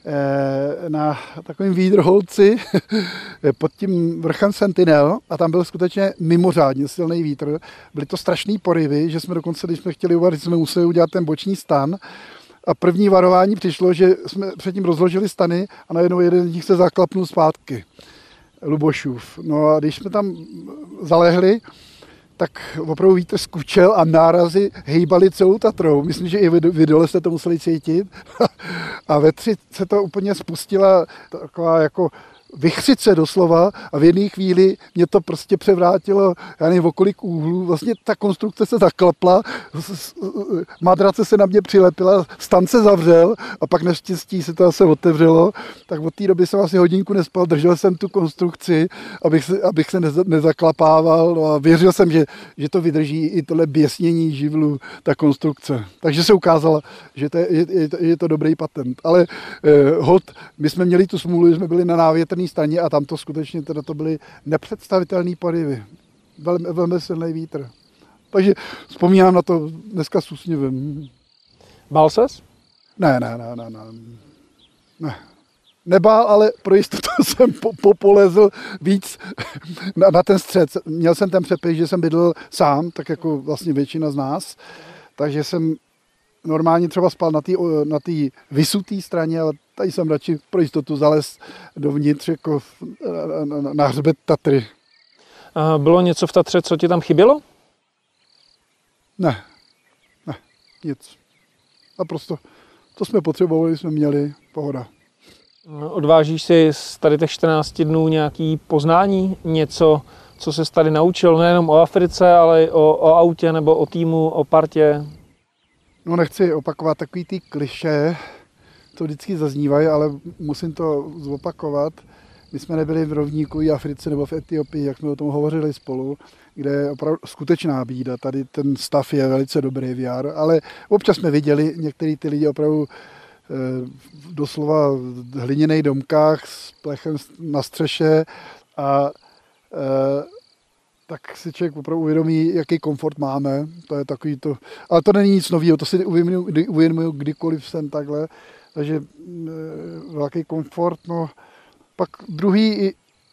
na takovým výdrholci pod tím vrchem Sentinel a tam byl skutečně mimořádně silný vítr. Byly to strašný porivy, že jsme dokonce, když jsme chtěli uvařit, jsme museli udělat ten boční stan. A první varování přišlo, že jsme předtím rozložili stany a najednou jeden z nich se zaklapnul zpátky. Lubošův. No a když jsme tam zalehli, tak opravdu vítr skučel a nárazy hejbaly celou Tatrou. Myslím, že i vy dole jste to museli cítit. A ve 3 se to úplně spustila taková jako vychřice doslova a v jedné chvíli mě to prostě převrátilo, já nevím, o kolik úhlů. Vlastně ta konstrukce se zaklapla, madrace se na mě přilepila, stan se zavřel a pak naštěstí se to zase otevřelo. Tak od té doby jsem asi hodinku nespal, držel jsem tu konstrukci, abych se nezaklapával, no a věřil jsem, že to vydrží i tohle běsnění živlu, ta konstrukce. Takže se ukázalo, že je to dobrý patent. Ale my jsme měli tu smůlu, že jsme byli na návětrný staně a tam to skutečně to byly nepředstavitelné porivy. Velmi, velmi silný vítr. Takže vzpomínám na to dneska s úsměvem. Bál ses? Ne. Nebál, ale pro jistotu jsem polezl víc na ten střed. Měl jsem ten předpis, že jsem bydlel sám, tak jako vlastně většina z nás. Takže jsem normálně třeba spal na té vysuté straně, ale tady jsem radši pro jistotu zalez dovnitř jako na hřbet Tatry. Bylo něco v Tatře, co ti tam chybělo? Ne, nic. A prostě to jsme potřebovali, jsme měli, pohoda. Odvážíš si z tady těch 14 dnů nějaký poznání, něco, co ses tady naučil, nejenom o Africe, ale o autě nebo o týmu, o partě? No nechci opakovat takový ty klišé, co vždycky zaznívají, ale musím to zopakovat. My jsme nebyli v rovníkové Africe nebo v Etiopii, jak jsme o tom hovořili spolu, kde je opravdu skutečná bída. Tady ten stav je velice dobrý v jar, ale občas jsme viděli některý ty lidi opravdu doslova v hliněných domkách s plechem na střeše a tak si člověk opravdu uvědomí, jaký komfort máme. To je takový to, ale to není nic nového, to si uvědomuji kdykoliv jsem takhle. Takže velký komfort. No. Pak druhý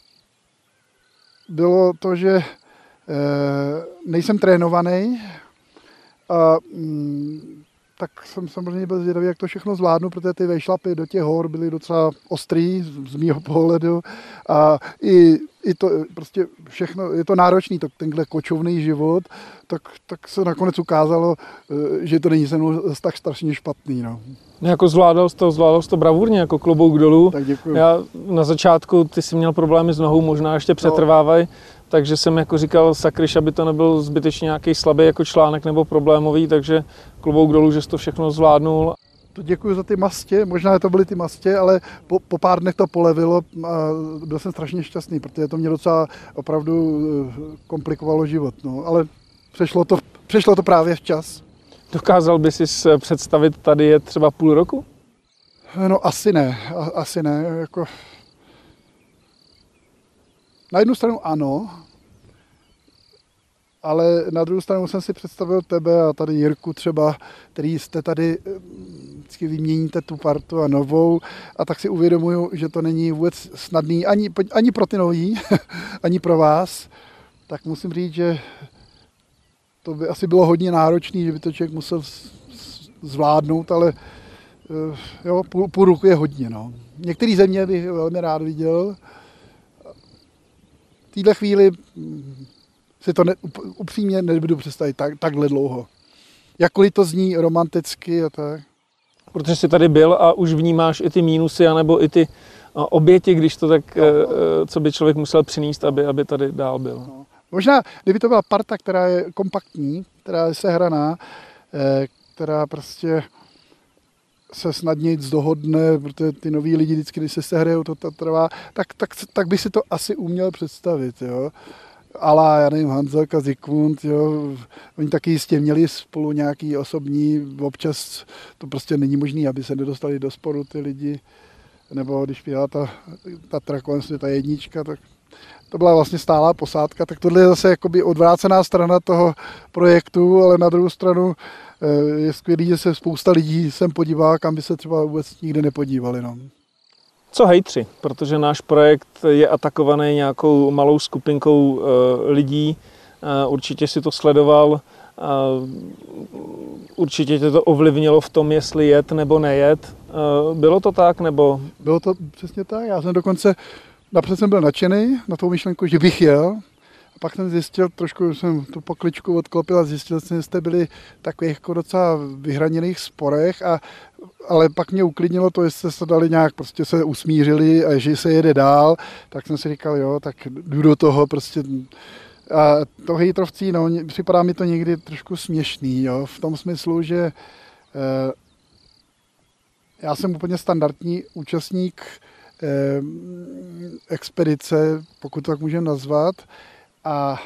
bylo to, že nejsem trénovaný a tak jsem samozřejmě byl zvědavý, jak to všechno zvládnu, protože ty vejšlapy do těch hor byly docela ostrý z mýho pohledu a i to prostě všechno, je to náročný, tenhle kočovný život, tak se nakonec ukázalo, že to není se mnou tak strašně špatný. No. Jako zvládal jsi to bravurně, jako klobouk dolů. Tak děkuju. Já na začátku, ty jsi měl problémy s nohou, možná ještě přetrvávají, takže jsem jako říkal sakryš, aby to nebyl zbytečně nějaký slabý jako článek nebo problémový, takže klobouk dolů, že jsi to všechno zvládnul. To děkuji za ty mastě, možná to byly ty mastě, ale po pár dnech to polevilo a byl jsem strašně šťastný, protože to mě docela opravdu komplikovalo život. No. Ale přešlo to právě včas. Dokázal by si představit tady je třeba půl roku? No asi ne. Jako... Na jednu stranu ano, ale na druhou stranu jsem si představil tebe a tady Jirku třeba, který jste tady, vždycky vyměníte tu partu a novou a tak si uvědomuju, že to není vůbec snadný ani pro ty nový, ani pro vás. Tak musím říct, že to by asi bylo hodně náročné, že by to člověk musel zvládnout, ale jo, půl roku je hodně. No. Některé země bych velmi rád viděl. V této chvíli si to upřímně nebudu představit takhle dlouho. Jakkoliv to zní romanticky a tak. Protože jsi tady byl a už vnímáš i ty mínusy, anebo i ty oběti, když to tak, co by člověk musel přinést, aby tady dál byl. No. Možná, kdyby to byla parta, která je kompaktní, která je sehraná, která prostě se snadněji dohodne, protože ty noví lidi vždycky, když se sehrajou, to trvá, tak by si to asi uměl představit, jo. Ale já nevím, Hanzelka, Zikmund, jo, oni taky jistě měli spolu nějaký osobní, občas to prostě není možné, aby se nedostali do sporu ty lidi, nebo když přijela ta jednička, tak to byla vlastně stálá posádka, tak tohle je zase jakoby odvrácená strana toho projektu, ale na druhou stranu je skvělý, že se spousta lidí sem podívá, kam by se třeba vůbec nikdy nepodívali. No. Co hejtři? Protože náš projekt je atakovaný nějakou malou skupinkou lidí. Určitě si to sledoval. Určitě tě to ovlivnilo v tom, jestli jet nebo nejet. Bylo to tak, nebo? Bylo to přesně tak. Já jsem dokonce, napřed jsem byl nadšený na tou myšlenku, že bych jel. A pak jsem zjistil, trošku jsem tu pokličku odklopil a zjistil jsem, že jste byli takových jako docela vyhraněných sporech, ale pak mě uklidnilo to, že jste se dali nějak, prostě se usmířili a že se jede dál, tak jsem si říkal, jo, tak jdu do toho prostě. A to hejtrovcí, no, připadá mi to někdy trošku směšný, jo, v tom smyslu, že já jsem úplně standardní účastník expedice, pokud to tak můžeme nazvat, a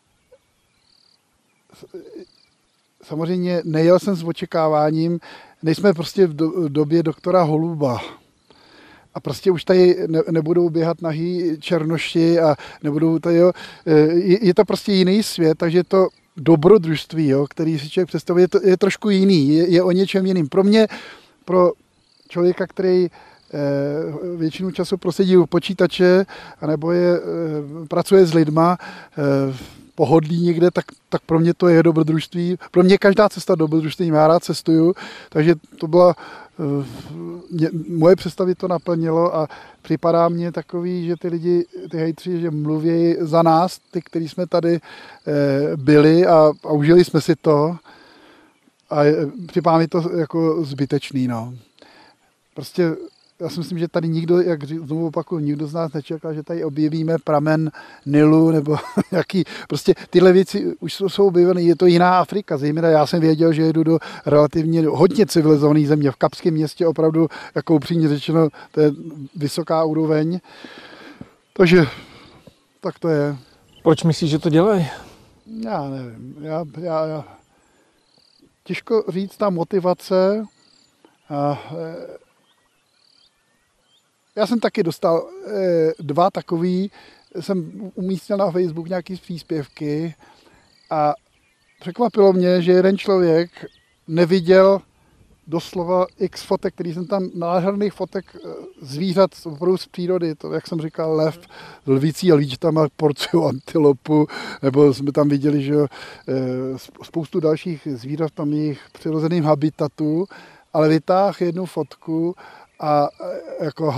samozřejmě nejel jsem s očekáváním, nejsme prostě v době doktora Holuba. A prostě už tady nebudou běhat nahý černoši a nebudou tady, jo. Je to prostě jiný svět, takže to dobrodružství, jo, který si člověk představuje, je trošku jiný, je o něčem jiným. Pro mě, pro člověka, který většinu času prosedí u počítače, anebo pracuje s lidma, pohodlí někde, tak pro mě to je dobrodružství. Pro mě každá cesta dobrodružství, já rád cestuju, takže to byla moje představy to naplnilo a připadá mně takový, že ty lidi, ty hejtři, že mluví za nás, ty, kteří jsme tady byli a užili jsme si to a připadá mi to jako zbytečný, no. Prostě já si myslím, že tady nikdo, jak znovu opakuju, nikdo z nás nečekal, že tady objevíme pramen Nilu nebo jaký, prostě tyhle věci už jsou objeveny, je to jiná Afrika, zejména já jsem věděl, že jedu do relativně hodně civilizované země, v Kapském městě opravdu, jako upřímně řečeno, to je vysoká úroveň, takže tak to je. Proč myslíš, že to dělají? Já nevím, já těžko říct, ta motivace. Já jsem taky dostal 2 takový, jsem umístil na Facebook nějaký příspěvky a překvapilo mě, že jeden člověk neviděl doslova x fotek, který jsem tam, nádherných fotek zvířat opravdu z přírody, to, jak jsem říkal, lev, lvící a líč tam má porciu antilopu, nebo jsme tam viděli, že spoustu dalších zvířat tam jejich přirozeným habitatu, ale vytáhl jednu fotku a jako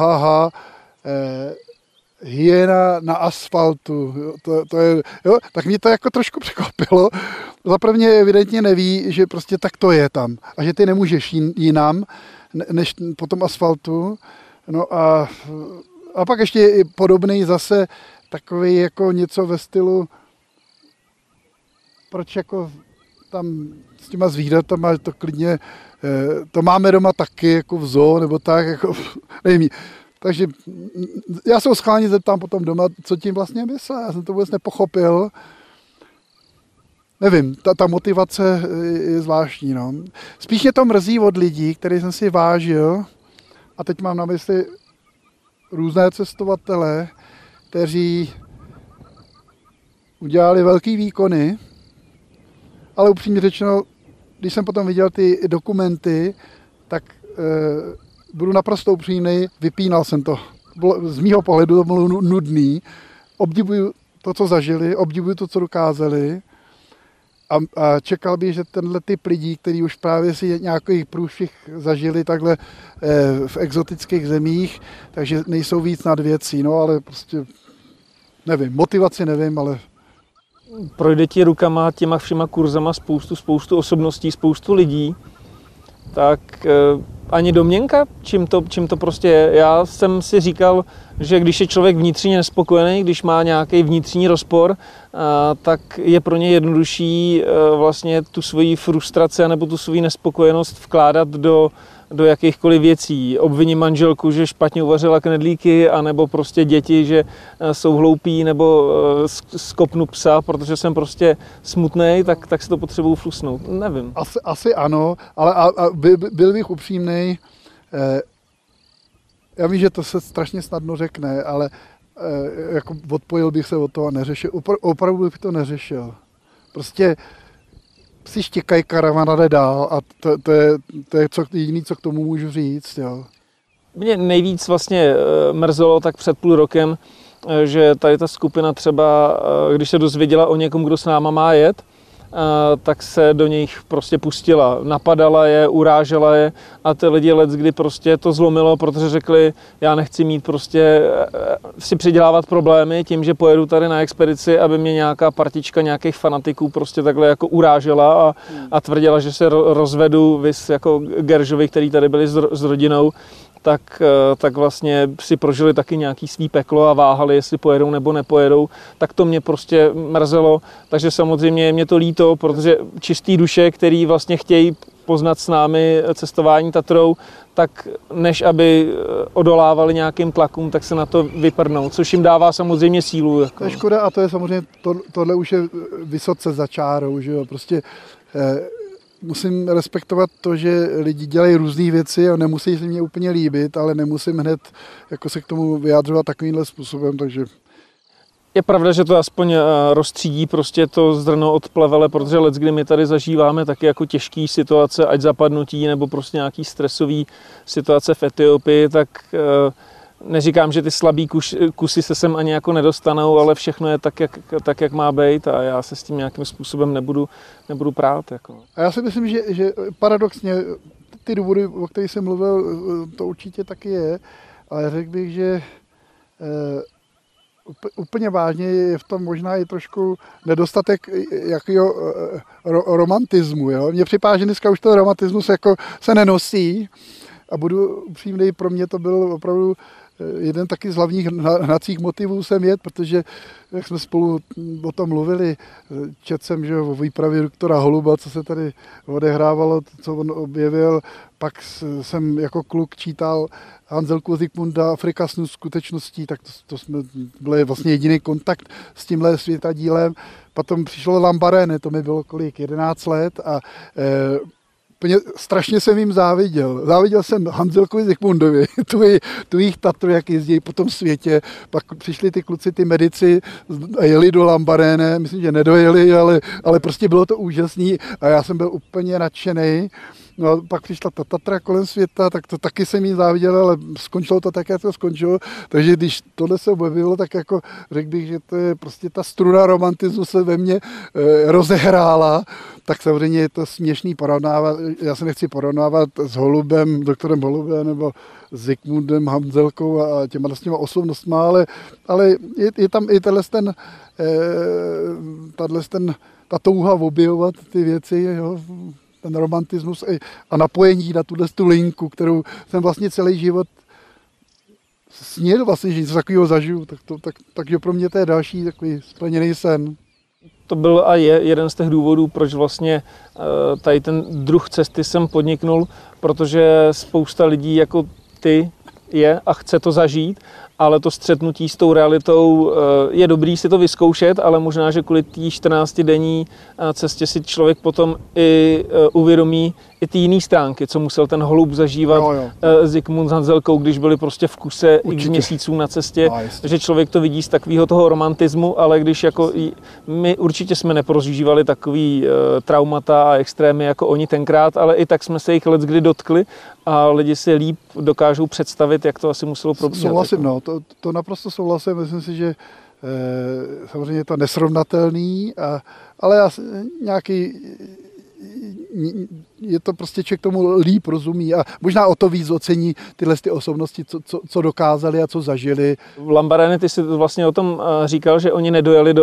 hyena na asfaltu, to je, jo, tak mě to jako trošku překvapilo. Zaprvé evidentně neví, že prostě tak to je tam a že ty nemůžeš jinam, než po tom asfaltu. No a pak ještě je podobný zase takový jako něco ve stylu, proč jako tam s těma zvířatama, to klidně, to máme doma taky, jako v zoo, nebo tak, jako, nevím. Takže já se ho schválně zeptám potom doma, co tím vlastně myslel, já jsem to vůbec nepochopil. Nevím, ta motivace je zvláštní. No. Spíš mě to mrzí od lidí, který jsem si vážil, a teď mám na mysli různé cestovatele, kteří udělali velký výkony, ale upřímně řečeno, když jsem potom viděl ty dokumenty, tak budu naprosto upřímný, vypínal jsem to. Z mýho pohledu to bylo nudný. Obdivuju to, co zažili, obdivuju to, co dokázali. A čekal bych, že tenhle typ lidí, kteří už právě si nějaký průšvih zažili takhle v exotických zemích, takže nejsou víc nad věcí, no ale prostě nevím, motivaci nevím, ale... Projde ti rukama těma všema kurzama spoustu osobností, spoustu lidí, tak ani domněnka, čím to prostě je. Já jsem si říkal, že když je člověk vnitřně nespokojený, když má nějaký vnitřní rozpor, tak je pro ně jednodušší vlastně tu svoji frustraci nebo tu svoji nespokojenost vkládat do jakýchkoliv věcí. Obviním manželku, že špatně uvařila knedlíky, anebo prostě děti, že jsou hloupí, nebo skopnu psa, protože jsem prostě smutnej, tak si to potřebuju flusnout. Nevím. Asi ano, ale byl bych upřímnej. Já vím, že to se strašně snadno řekne, ale jako odpojil bych se od toho a neřešil. Opravdu bych to neřešil. Prostě psi štěkají, karavana jde dál a to je jediné, co k tomu můžu říct. Jo. Mě nejvíc vlastně mrzelo tak před půl rokem, že tady ta skupina třeba, když se dozvěděla o někom, kdo s náma má jet, tak se do nich prostě pustila. Napadala je, urážela je a ty lidi leckdy prostě to zlomilo, protože řekli, já nechci mít prostě si přidělávat problémy tím, že pojedu tady na expedici, aby mě nějaká partička nějakých fanatiků prostě takhle jako urážela a tvrdila, že se rozvedu, vys jako Geržovi, který tady byli s rodinou, tak vlastně si prožili taky nějaký svý peklo a váhali, jestli pojedou nebo nepojedou, tak to mě prostě mrzelo. Takže samozřejmě je mě to líto, protože čistý duše, který vlastně chtějí poznat s námi cestování Tatrou, tak než aby odolávali nějakým tlakům, tak se na to vyprdnou, což jim dává samozřejmě sílu. Jako. To je škoda a to je samozřejmě, tohle už je vysoce za čárou, že jo, prostě musím respektovat to, že lidi dělají různé věci a nemusí se mě úplně líbit, ale nemusím hned jako se k tomu vyjádřovat takovýmhle způsobem, takže... Je pravda, že to aspoň rozstřídí prostě to zrno od plevele, protože leckdy my tady zažíváme taky jako těžký situace, ať zapadnutí nebo prostě nějaký stresový situace v Etiopii, tak neříkám, že ty slabý kusy se sem ani jako nedostanou, ale všechno je tak, jak má být a já se s tím nějakým způsobem nebudu prát. Jako. A já si myslím, že paradoxně ty důvody, o kterých jsem mluvil, to určitě taky je, ale řekl bych, že úplně vážně je v tom možná i trošku nedostatek jakého romantismu. Jo? Mně připadá, že dneska už ten romantismus jako se nenosí a budu upřímný, pro mě to byl opravdu jeden taky z hlavních hnacích motivů sem jet, protože jak jsme spolu o tom mluvili, četl jsem, že o výpravě doktora Holuba, co se tady odehrávalo, co on objevil, pak jsem jako kluk čítal Hanzelku Zikmunda Afrika snů skutečností, tak to jsme byli vlastně jediný kontakt s tímhle světadílem. Potom přišlo Lambarene, to mi bylo kolik, 11 let a strašně jsem jim záviděl. Záviděl jsem Hanzelkovi Zikmundovi, tu jejich Tatru, jak jezdí po tom světě. Pak přišli ty kluci, ty medici a jeli do Lambarene, myslím, že nedojeli, ale prostě bylo to úžasný a já jsem byl úplně nadšený. No a pak přišla ta Tatra kolem světa, tak to taky jsem jí záviděl, ale skončilo to tak, jak to skončilo. Takže když tohle se objevilo, tak jako řekl bych, že to je prostě ta struna romantismu se ve mně rozehrála. Tak samozřejmě je to směšný porovnávat. Já se nechci porovnávat s Holubem, doktorem Holubem nebo s Zikmundem Hanzelkou a těma osobnostma, ale je tam i ta touha objevovat ty věci, jo, ten romantismus a napojení na tu linku, kterou jsem vlastně celý život snil vlastně, že něco takového zažiju, takže pro mě to je další takový splněný sen. to byl a je jeden z těch důvodů, proč vlastně tady ten druh cesty jsem podniknul, protože spousta lidí jako ty je a chce to zažít, ale to střetnutí s tou realitou je dobrý si to vyzkoušet, ale možná, že kvůli té 14denní cestě si člověk potom i uvědomí i ty jiné stránky, co musel ten holub zažívat Zikmund s Hanzelkou, když byli prostě v kuse x měsíců na cestě, že člověk to vidí z takového toho romantismu, ale když jako my určitě jsme neprožívali takový traumata a extrémy jako oni tenkrát, ale i tak jsme se jich leckdy dotkli a lidi si líp dokážou představit, jak to asi muselo probíhat. Souhlasím, no, to naprosto souhlasím, myslím si, že samozřejmě je to nesrovnatelný, ale nějaký je to prostě člověk tomu líp rozumí a možná o to víc ocení tyhle ty osobnosti, co dokázali a co zažili. V Lambaréné ty jsi vlastně o tom říkal, že oni nedojeli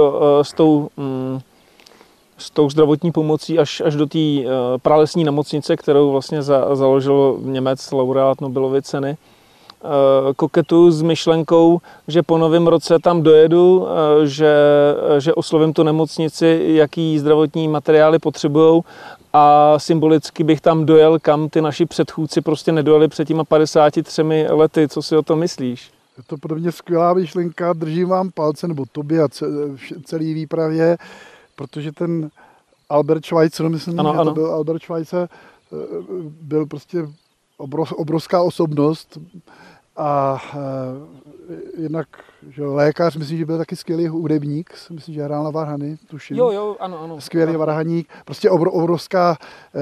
s tou zdravotní pomocí až do té pralesní nemocnice, kterou vlastně založil Němec, laureát Nobelovy ceny. Koketuju s myšlenkou, že po novém roce tam dojedu, že oslovím tu nemocnici, jaký zdravotní materiály potřebujou a symbolicky bych tam dojel, kam ty naši předchůdci prostě nedojeli před těma 53 lety. Co si o tom myslíš? Je to pro mě skvělá myšlenka, držím vám palce, nebo tobě a celý výpravě, protože ten Albert Schweitzer, myslím, že to byl Albert Schweitzer, byl prostě obrovská osobnost a jednak že lékař, myslím, že byl taky skvělý hudebník, myslím, že hrál na varhany, tuším. Jo, ano. Skvělý varhaník, prostě obrovská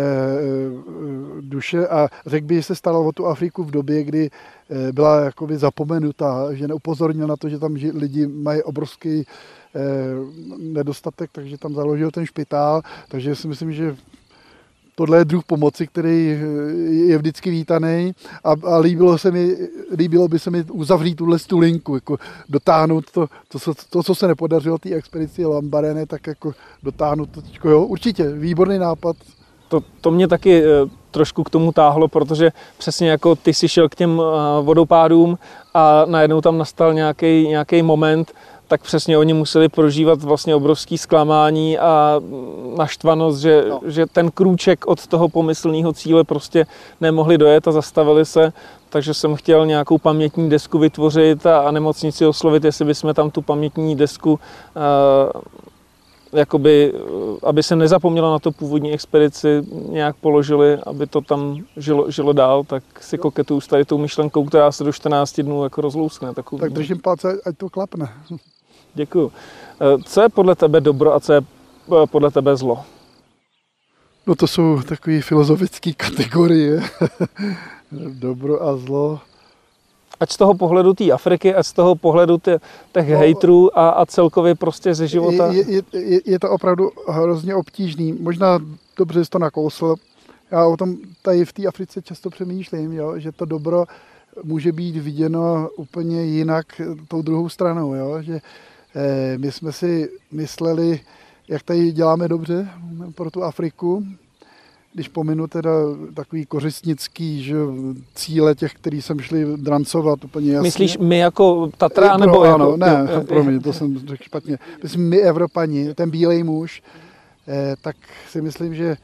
duše a řekl by, že se staralo o tu Afriku v době, kdy byla jakoby zapomenutá, že neupozornil na to, že tam lidi mají obrovský nedostatek, takže tam založil ten špitál, takže si myslím, že tohle je druh pomoci, který je vždycky vítaný a líbilo by se mi uzavřít tuhle linku, jako dotáhnout to, co se nepodařilo té expedici Lambaréné, tak jako dotáhnout to. Jo, určitě, výborný nápad. To mě taky trošku k tomu táhlo, protože přesně jako ty si šel k těm vodopádům a najednou tam nastal nějaký moment, tak přesně oni museli prožívat vlastně obrovský zklamání a naštvanost, že ten krůček od toho pomyslného cíle prostě nemohli dojet a zastavili se. Takže jsem chtěl nějakou pamětní desku vytvořit a nemocnici oslovit, jestli bychom tam tu pamětní desku jakoby, aby se nezapomnělo na to původní expedici, nějak položili, aby to tam žilo dál, tak si koketuju s tady tou myšlenkou, která se do 14 dnů jako rozlouskne. Tak držím palce, ať to klapne. Děkuju. Co je podle tebe dobro a co je podle tebe zlo? No to jsou takové filozofické kategorie. Dobro a zlo. Ať z toho pohledu té Afriky, ať z toho pohledu těch hejtrů a celkově prostě ze života. Je to opravdu hrozně obtížný. Možná dobře jsi to nakousl. Já o tom tady v té Africe často přemýšlím, jo, že to dobro může být viděno úplně jinak tou druhou stranou. Jo, že my jsme si mysleli, jak tady děláme dobře pro tu Afriku, když pominu teda takový kořistnický že, cíle těch, který jsem šli drancovat úplně jasně. Myslíš my jako Tatra? Nebo ano, jako, ne, promiň, to jsem řekl špatně. Myslím, my Evropani, ten bílej muž, tak si myslím, že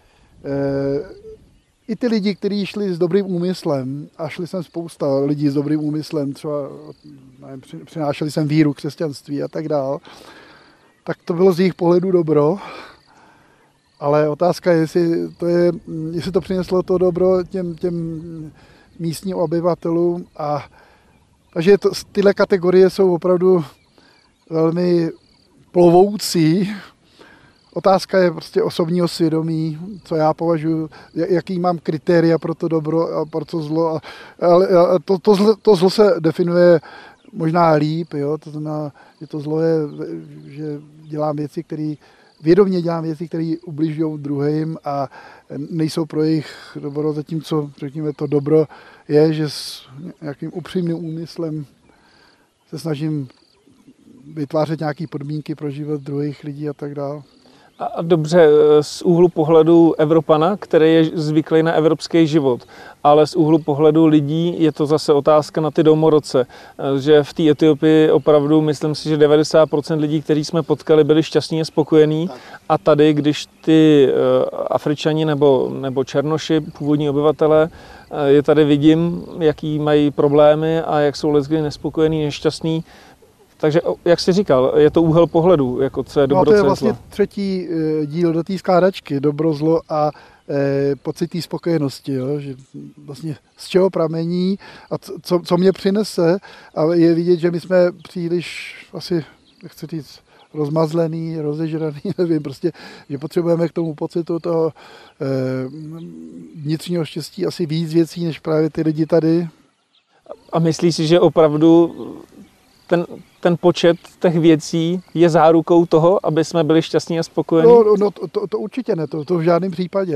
i ty lidi, kteří šli s dobrým úmyslem, a šli jsem spousta lidí s dobrým úmyslem, třeba přinášeli jsem víru, křesťanství a tak dál, tak to bylo z jejich pohledu dobro. Ale otázka je, jestli to přineslo to dobro těm místním obyvatelům. Takže tyhle kategorie jsou opravdu velmi plovoucí. Otázka je prostě osobního svědomí, co já považuji, jaký mám kritéria pro to dobro a pro to zlo. Ale to zlo se definuje možná líp, jo? To znamená, že to zlo je, že dělám věci, vědomě dělám věci, které ubližují druhým a nejsou pro jejich dobro, zatímco, řekněme, to dobro je, že s nějakým upřímným úmyslem se snažím vytvářet nějaké podmínky pro život druhých lidí a tak dále. A dobře, z úhlu pohledu Evropana, který je zvyklý na evropský život, ale z úhlu pohledu lidí je to zase otázka na ty domorodce, že v té Etiopii opravdu myslím si, že 90% lidí, kteří jsme potkali, byli šťastní a spokojení. A tady, když ty Afričani nebo Černoši, původní obyvatelé, je tady vidím, jaký mají problémy a jak jsou leckdy nespokojení, nešťastní. Takže, jak jsi říkal, je to úhel pohledu, jako co je dobro, to je vlastně třetí díl do té skládačky, dobro, zlo a pocit té spokojenosti, jo? Že vlastně z čeho pramení a co mě přinese. A je vidět, že my jsme příliš asi, nechci říct, rozmazlený, rozežraný, nevím, prostě, že potřebujeme k tomu pocitu toho vnitřního štěstí asi víc věcí, než právě ty lidi tady. A myslíš si, že opravdu ten počet těch věcí je zárukou toho, aby jsme byli šťastní a spokojení? No to určitě ne, to v žádném případě.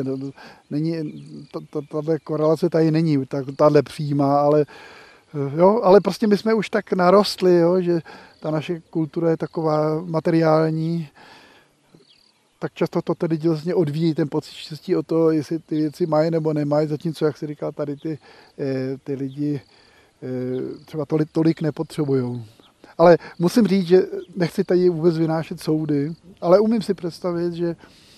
Tato korelace tady není, tahle přímá, ale prostě my jsme už tak narostli, jo, že ta naše kultura je taková materiální, tak často to tedy vlastně odvíjí ten pocit štěstí o to, jestli ty věci mají nebo nemají, zatímco, jak si říká, tady ty lidi třeba tolik nepotřebujou. Ale musím říct, že nechci tady vůbec vynášet soudy, ale umím si představit, že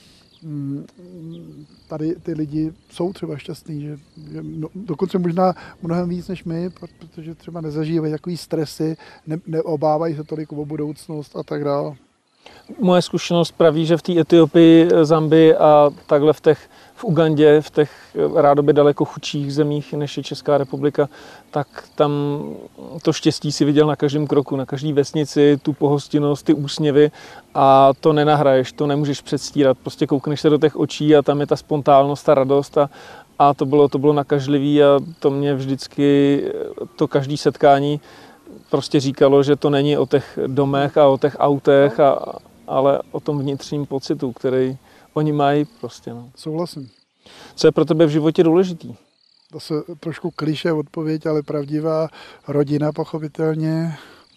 tady ty lidi jsou třeba šťastní, že dokonce možná mnohem víc než my, protože třeba nezažívají takový stresy, neobávají se tolik o budoucnost a tak dále. Moje zkušenost praví, že v té Etiopii, Zambii a takhle v Ugandě, v těch rádoby daleko chudších zemích, než je Česká republika, tak tam to štěstí si viděl na každém kroku, na každé vesnici, tu pohostinnost, ty úsměvy a to nenahraješ, to nemůžeš předstírat. Prostě koukneš se do těch očí a tam je ta spontánnost, ta radost a to bylo nakažlivý a to mě vždycky, to každé setkání prostě říkalo, že to není o těch domech a o těch autech, ale o tom vnitřním pocitu, který oni mají prostě. No. Souhlasím. Co je pro tebe v životě důležitý? To se trošku klišé odpověď, ale pravdivá. Rodina, pochopitelně.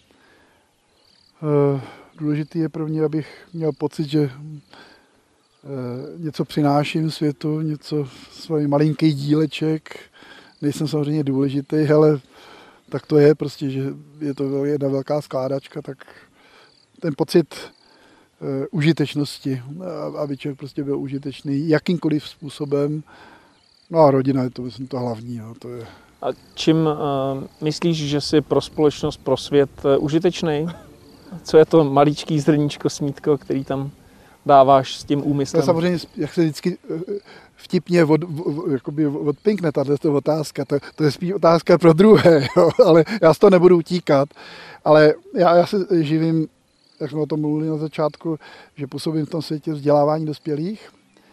Důležitý je pro mě, abych měl pocit, že něco přináším světu, něco svůj malinký díleček. Nejsem samozřejmě důležitý, ale tak to je prostě, že je to jedna velká skládačka, tak ten pocit užitečnosti, aby člověk prostě byl užitečný jakýmkoliv způsobem. No a rodina je to, myslím, to hlavní. Jo, to je. A čím myslíš, že jsi pro společnost, pro svět užitečný? Co je to maličký zrníčko, smítko, který tam dáváš s tím úmyslem? To je samozřejmě, jak se vždycky vtipně odpinkne tato otázka, to je spíš otázka pro druhé, jo, ale já z toho nebudu utíkat. Ale já se živím, jak jsme o tom mluvili na začátku, že působím v tom světě vzdělávání dospělých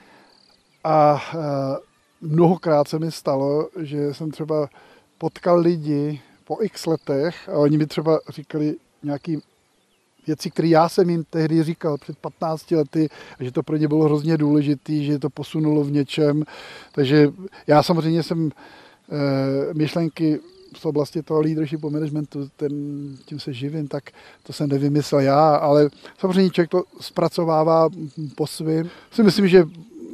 a mnohokrát se mi stalo, že jsem třeba potkal lidi po x letech a oni mi třeba říkali nějaký věci, které já jsem jim tehdy říkal před 15 lety, že to pro ně bylo hrozně důležité, že to posunulo v něčem. Takže já samozřejmě jsem myšlenky z oblasti toho leadershipu managementu, tím se živím, tak to jsem nevymyslel já, ale samozřejmě člověk to zpracovává po svým. Si myslím, že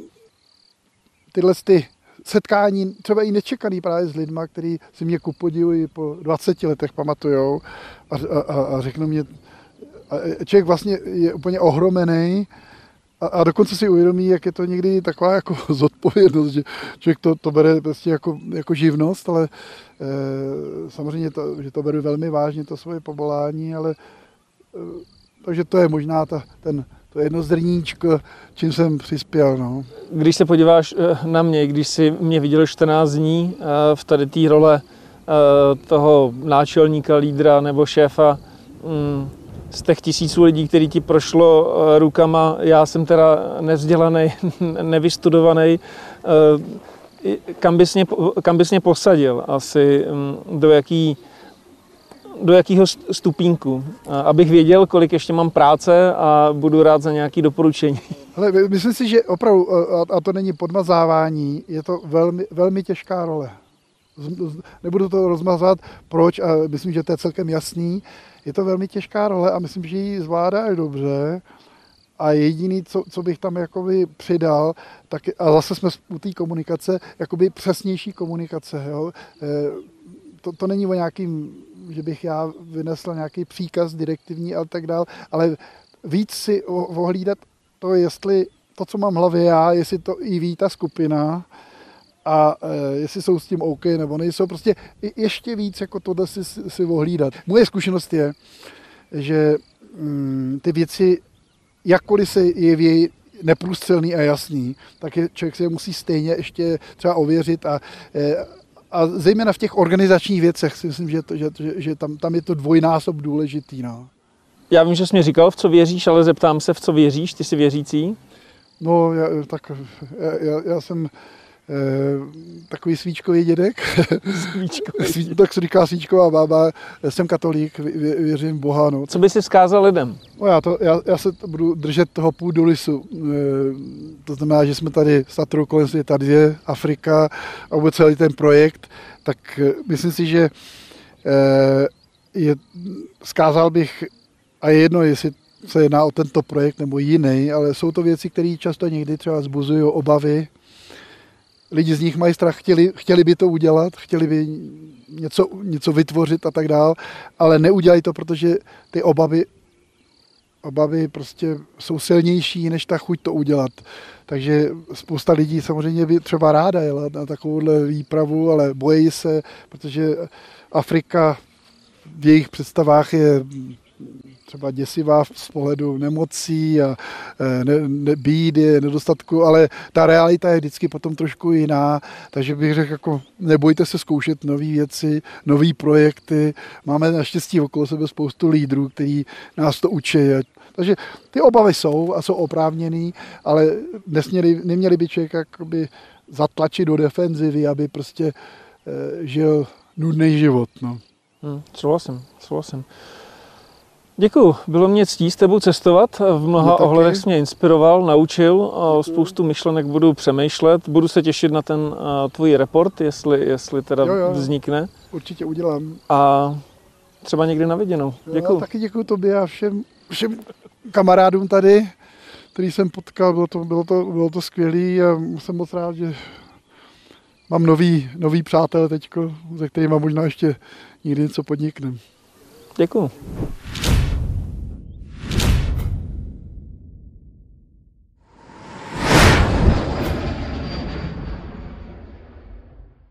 tyhle setkání, třeba i nečekaný právě s lidma, kteří si mě ku podivu i po 20 letech pamatujou a řeknou mě, a člověk vlastně je úplně ohromený a dokonce si uvědomí, jak je to někdy taková jako zodpovědnost, že člověk to bere prostě jako živnost, ale samozřejmě že to beru velmi vážně, to svoje povolání, ale takže to je možná to jedno zrníčko, čím jsem přispěl. No. Když se podíváš na mě, když jsi mě viděl 14 dní v tady té role toho náčelníka, lídra nebo šéfa, z těch tisíců lidí, který ti prošlo rukama, já jsem teda nevzdělaný, nevystudovaný, kam bys mě posadil asi, do jakého stupínku, abych věděl, kolik ještě mám práce a budu rád za nějaké doporučení. Ale myslím si, že opravdu, a to není podmazávání, je to velmi, velmi těžká role. Nebudu to rozmazat, proč, a myslím, že to je celkem jasný. Je to velmi těžká role a myslím, že ji zvládá dobře. A jediný, co bych tam jakoby přidal, tak, a zase jsme u té komunikace, jakoby přesnější komunikace. Jo? To není o nějakým, že bych já vynesl nějaký příkaz direktivní a tak dál, ale víc si ohlídat to, jestli to, co mám v hlavě já, jestli to i ví ta skupina a jestli jsou s tím OK nebo nejsou. Prostě ještě víc jako tohle si ohlídat. Moje zkušenost je, že ty věci, jakkoliv se jeví neprůstřelný a jasný, tak člověk si je musí stejně ještě třeba ověřit a zejména v těch organizačních věcech si myslím, že tam je to dvojnásob důležitý. No. Já vím, že jsi mi říkal, v co věříš, ale zeptám se, v co věříš, ty jsi věřící? No, já jsem takový svíčkový dědek. Tak se říká svíčková bába. Jsem katolík, věřím v Boha. No. Co by si vzkázal lidem? No já se budu držet toho půdorysu. To znamená, že jsme tady s Tatrou kolem světa, tady je Afrika a vůbec celý ten projekt. Tak myslím si, že vzkázal bych, a je jedno, jestli se jedná o tento projekt nebo jiný, ale jsou to věci, které často někdy třeba vzbuzují obavy. Lidi z nich mají strach, chtěli by to udělat, chtěli by něco vytvořit a tak dál, ale neudělají to, protože ty obavy prostě jsou silnější než ta chuť to udělat. Takže spousta lidí samozřejmě by třeba ráda jela na takovouhle výpravu, ale bojí se, protože Afrika v jejich představách je třeba děsivá z pohledu nemocí a bídy, nedostatku, ale ta realita je vždycky potom trošku jiná, takže bych řekl, jako nebojte se zkoušet nové věci, nové projekty. Máme naštěstí okolo sebe spoustu lídrů, kteří nás to učí. Takže ty obavy jsou a jsou oprávněný, ale neměli by člověk jakoby zatlačit do defenzivy, aby prostě žil nudný život. No. Souhlasím. Děkuju, bylo mě ctí s tebou cestovat, v mnoha ohledech jsi mě inspiroval, naučil, spoustu myšlenek budu přemýšlet, budu se těšit na ten tvůj report, jestli teda vznikne. Určitě udělám. A třeba někdy na viděnou. Děkuju. Taky děkuju tobě a všem kamarádům tady, který jsem potkal, bylo to skvělý a jsem moc rád, že mám nový přátelé teďko, se kterými možná ještě někdy něco podniknem. Děkuju.